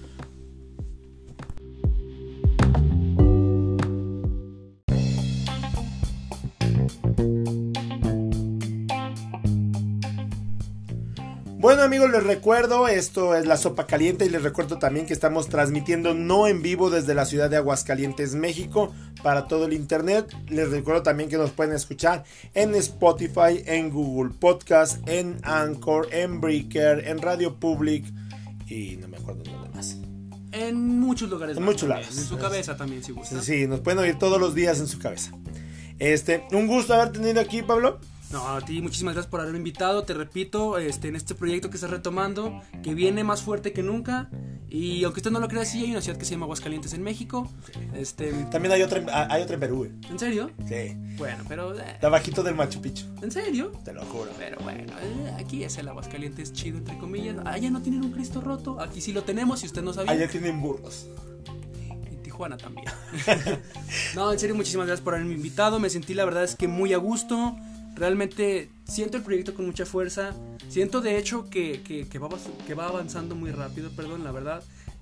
Bueno, amigos, les recuerdo, esto es La Sopa Caliente y les recuerdo también que estamos transmitiendo no en vivo desde la ciudad de Aguascalientes, México, para todo el internet. Les recuerdo también que nos pueden escuchar en Spotify, en Google Podcast, en Anchor, en Breaker, en Radio Public y no me acuerdo dónde más. En muchos lugares. En más muchos también. lados. En su cabeza también, si gusta. Sí, nos pueden oír todos los días en su cabeza. Este, un gusto haber tenido aquí, Pablo. No, a ti muchísimas gracias por haberme invitado. Te repito, este, en este proyecto que estás retomando, que viene más fuerte que nunca. Y aunque usted no lo crea, sí hay una ciudad que se llama Aguascalientes en México. Este, También hay otra, en- hay otra en Perú. eh. ¿en serio? Sí, Bueno, pero eh, está bajito del Machu Picchu, ¿en serio? te lo juro. Pero bueno, eh, aquí es el Aguascalientes chido, entre comillas. Allá no tienen un Cristo roto. Aquí sí lo tenemos, si usted no sabía. Allá tienen burros. En Tijuana también. No, en serio, muchísimas gracias por haberme invitado. Me sentí, la verdad es que muy a gusto. Realmente siento el proyecto con mucha fuerza. Siento, de hecho, que, que, que, va, que va avanzando muy rápido, perdón, la verdad.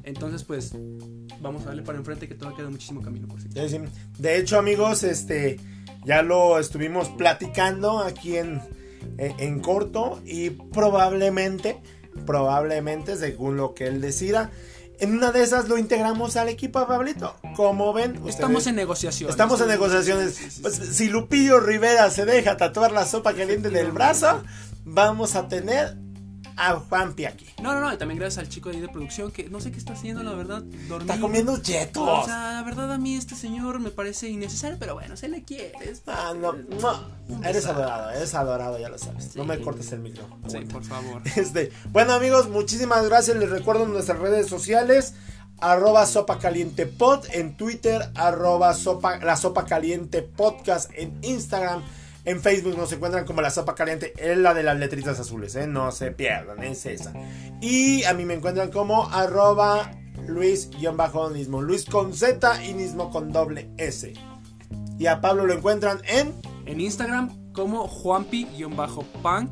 Entonces, pues, vamos a darle para enfrente que todavía queda muchísimo camino por seguir. Sí, sí. De hecho, amigos, este, ya lo estuvimos platicando aquí en, en, en corto y probablemente, probablemente, según lo que él decida, en una de esas lo integramos al equipo, Pablito. Como ven, ustedes, estamos en negociaciones. Estamos en negociaciones. Sí, sí, sí. Pues, si Lupillo Rivera se deja tatuar la sopa caliente del brazo, vamos a tener a Juanpi aquí. No, no, no, y también gracias al chico de ahí de producción que no sé qué está haciendo, la verdad. Dormir. Está comiendo chetos. O sea, la verdad a mí este señor me parece innecesario, pero bueno, se le quiere. Ah, no, no. Eres adorado, eres adorado, ya lo sabes. Sí. No me cortes el micro. Sí, por favor. Este, bueno, amigos, muchísimas gracias. Les recuerdo nuestras redes sociales. Arroba Sopa Caliente Pod en Twitter. Arroba sopa, La Sopa Caliente Podcast en Instagram. En Facebook nos encuentran como La Sopa Caliente, es la de las letritas azules, ¿eh? No se pierdan, es esa. Y a mí me encuentran como arroba Luis-Nismo, Luis con Z y Nismo con doble S. Y a Pablo lo encuentran en... En Instagram como Juanpi-Punk.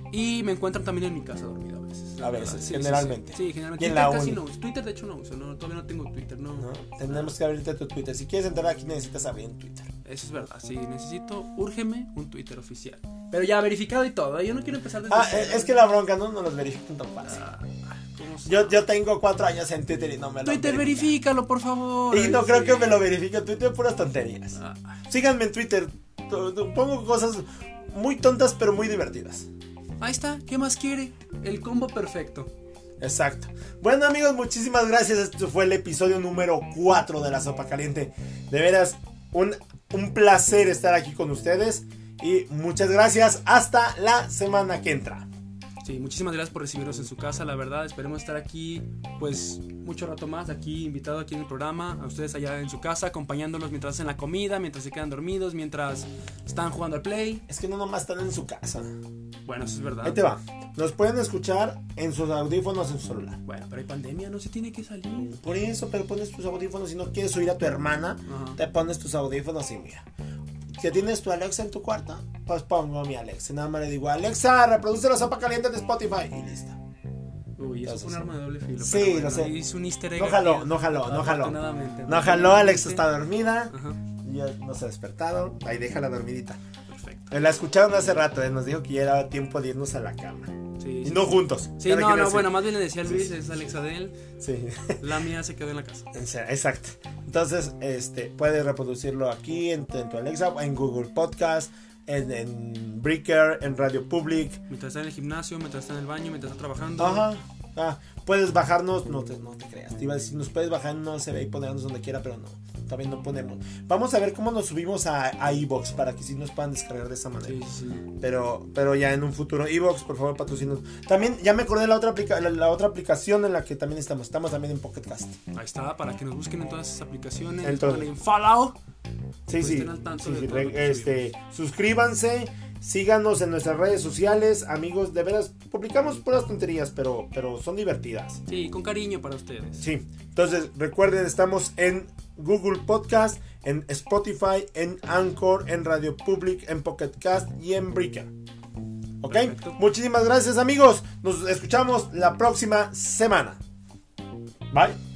Y me encuentran también en mi casa dormido a veces. A veces, sí, generalmente. Sí, sí, sí, generalmente. Y en la Twitter casi uni. no uso. Twitter de hecho no uso, no, todavía no tengo Twitter, no. No, tenemos que abrirte tu Twitter. Si quieres entrar aquí necesitas abrir un Twitter. Eso es verdad, sí, necesito, úrgeme un Twitter oficial. Pero ya verificado y todo, yo no quiero empezar desde Ah, cero. Es que la bronca no nos los verifican tan fácil. Ah, yo, yo tengo cuatro años en Twitter y no me lo Twitter, verifica. verifícalo, por favor. Y no sí. creo que me lo verifique. Twitter puras tonterías. Ah. Síganme en Twitter. Pongo cosas muy tontas pero muy divertidas. Ahí está, ¿qué más quiere? El combo perfecto. Exacto. Bueno, amigos, muchísimas gracias. Este fue el episodio número cuatro de La Sopa Caliente. De veras, un, un placer estar aquí con ustedes. Y muchas gracias. Hasta la semana que entra. Sí, muchísimas gracias por recibirnos en su casa, la verdad. Esperemos estar aquí, pues, mucho rato más, aquí, invitado aquí en el programa. A ustedes allá en su casa, acompañándolos mientras hacen la comida, mientras se quedan dormidos, mientras están jugando al Play. Es que no nomás están en su casa. Bueno, eso es verdad. Ahí te va. Nos pueden escuchar en sus audífonos en su celular. Bueno, pero hay pandemia, no se tiene que salir. Por eso, pero pones tus audífonos. Si no quieres oír a tu hermana, Ajá. te pones tus audífonos y mira. ¿Que tienes tu Alexa en tu cuarto? Pues pongo mi Alexa. Nada más le digo, Alexa, reproduce La Sopa Caliente de Spotify. Y listo. Uy, eso es un arma de doble filo. Sí, pero bueno, lo sé. Es un easter egg. No jaló, aquí, no jaló, no jaló. afortunadamente. No jaló, Alexa está dormida. Ajá. Ya no se ha despertado. Ahí déjala dormidita. Perfecto. La escucharon hace rato, ¿eh? Nos dijo que ya era tiempo de irnos a la cama. Sí, Y sí, no sí. juntos. Sí, Cada no, quien no, hace- bueno, más bien le decía a Luis, Sí, es sí, Alexa de él. Sí. La mía se quedó en la casa. O sea, exacto. Entonces, este, puedes reproducirlo aquí en tu, en tu Alexa, en Google Podcast, en, en Breaker, en Radio Public. Mientras está en el gimnasio, mientras está en el baño, mientras está trabajando. Ajá. Ah, puedes bajarnos, no te, no te creas. Te iba a decir, nos puedes bajar en no se ve y ponernos donde quiera, pero no. También no ponemos. Vamos a ver cómo nos subimos a, a iVoox para que sí nos puedan descargar de esa manera. Sí, sí, sí. Pero, pero ya en un futuro. iVoox, por favor, patrocinos. También, ya me acordé de la otra, aplica la, la otra aplicación en la que también estamos. Estamos también en Pocket Cast. Ahí está, para que nos busquen en todas esas aplicaciones. En todo. En Fallout. Sí, Pues sí. estén al tanto sí, de sí, todo re- lo que este, suscríbanse, síganos en nuestras redes sociales, amigos. De veras, publicamos puras tonterías, pero, pero son divertidas. Sí, con cariño para ustedes. Sí. Entonces, recuerden, estamos en Google Podcast, en Spotify, en Anchor, en Radio Public, en Pocket Cast y en Breaker. ¿Ok? Perfecto. Muchísimas gracias, amigos. Nos escuchamos la próxima semana. Bye.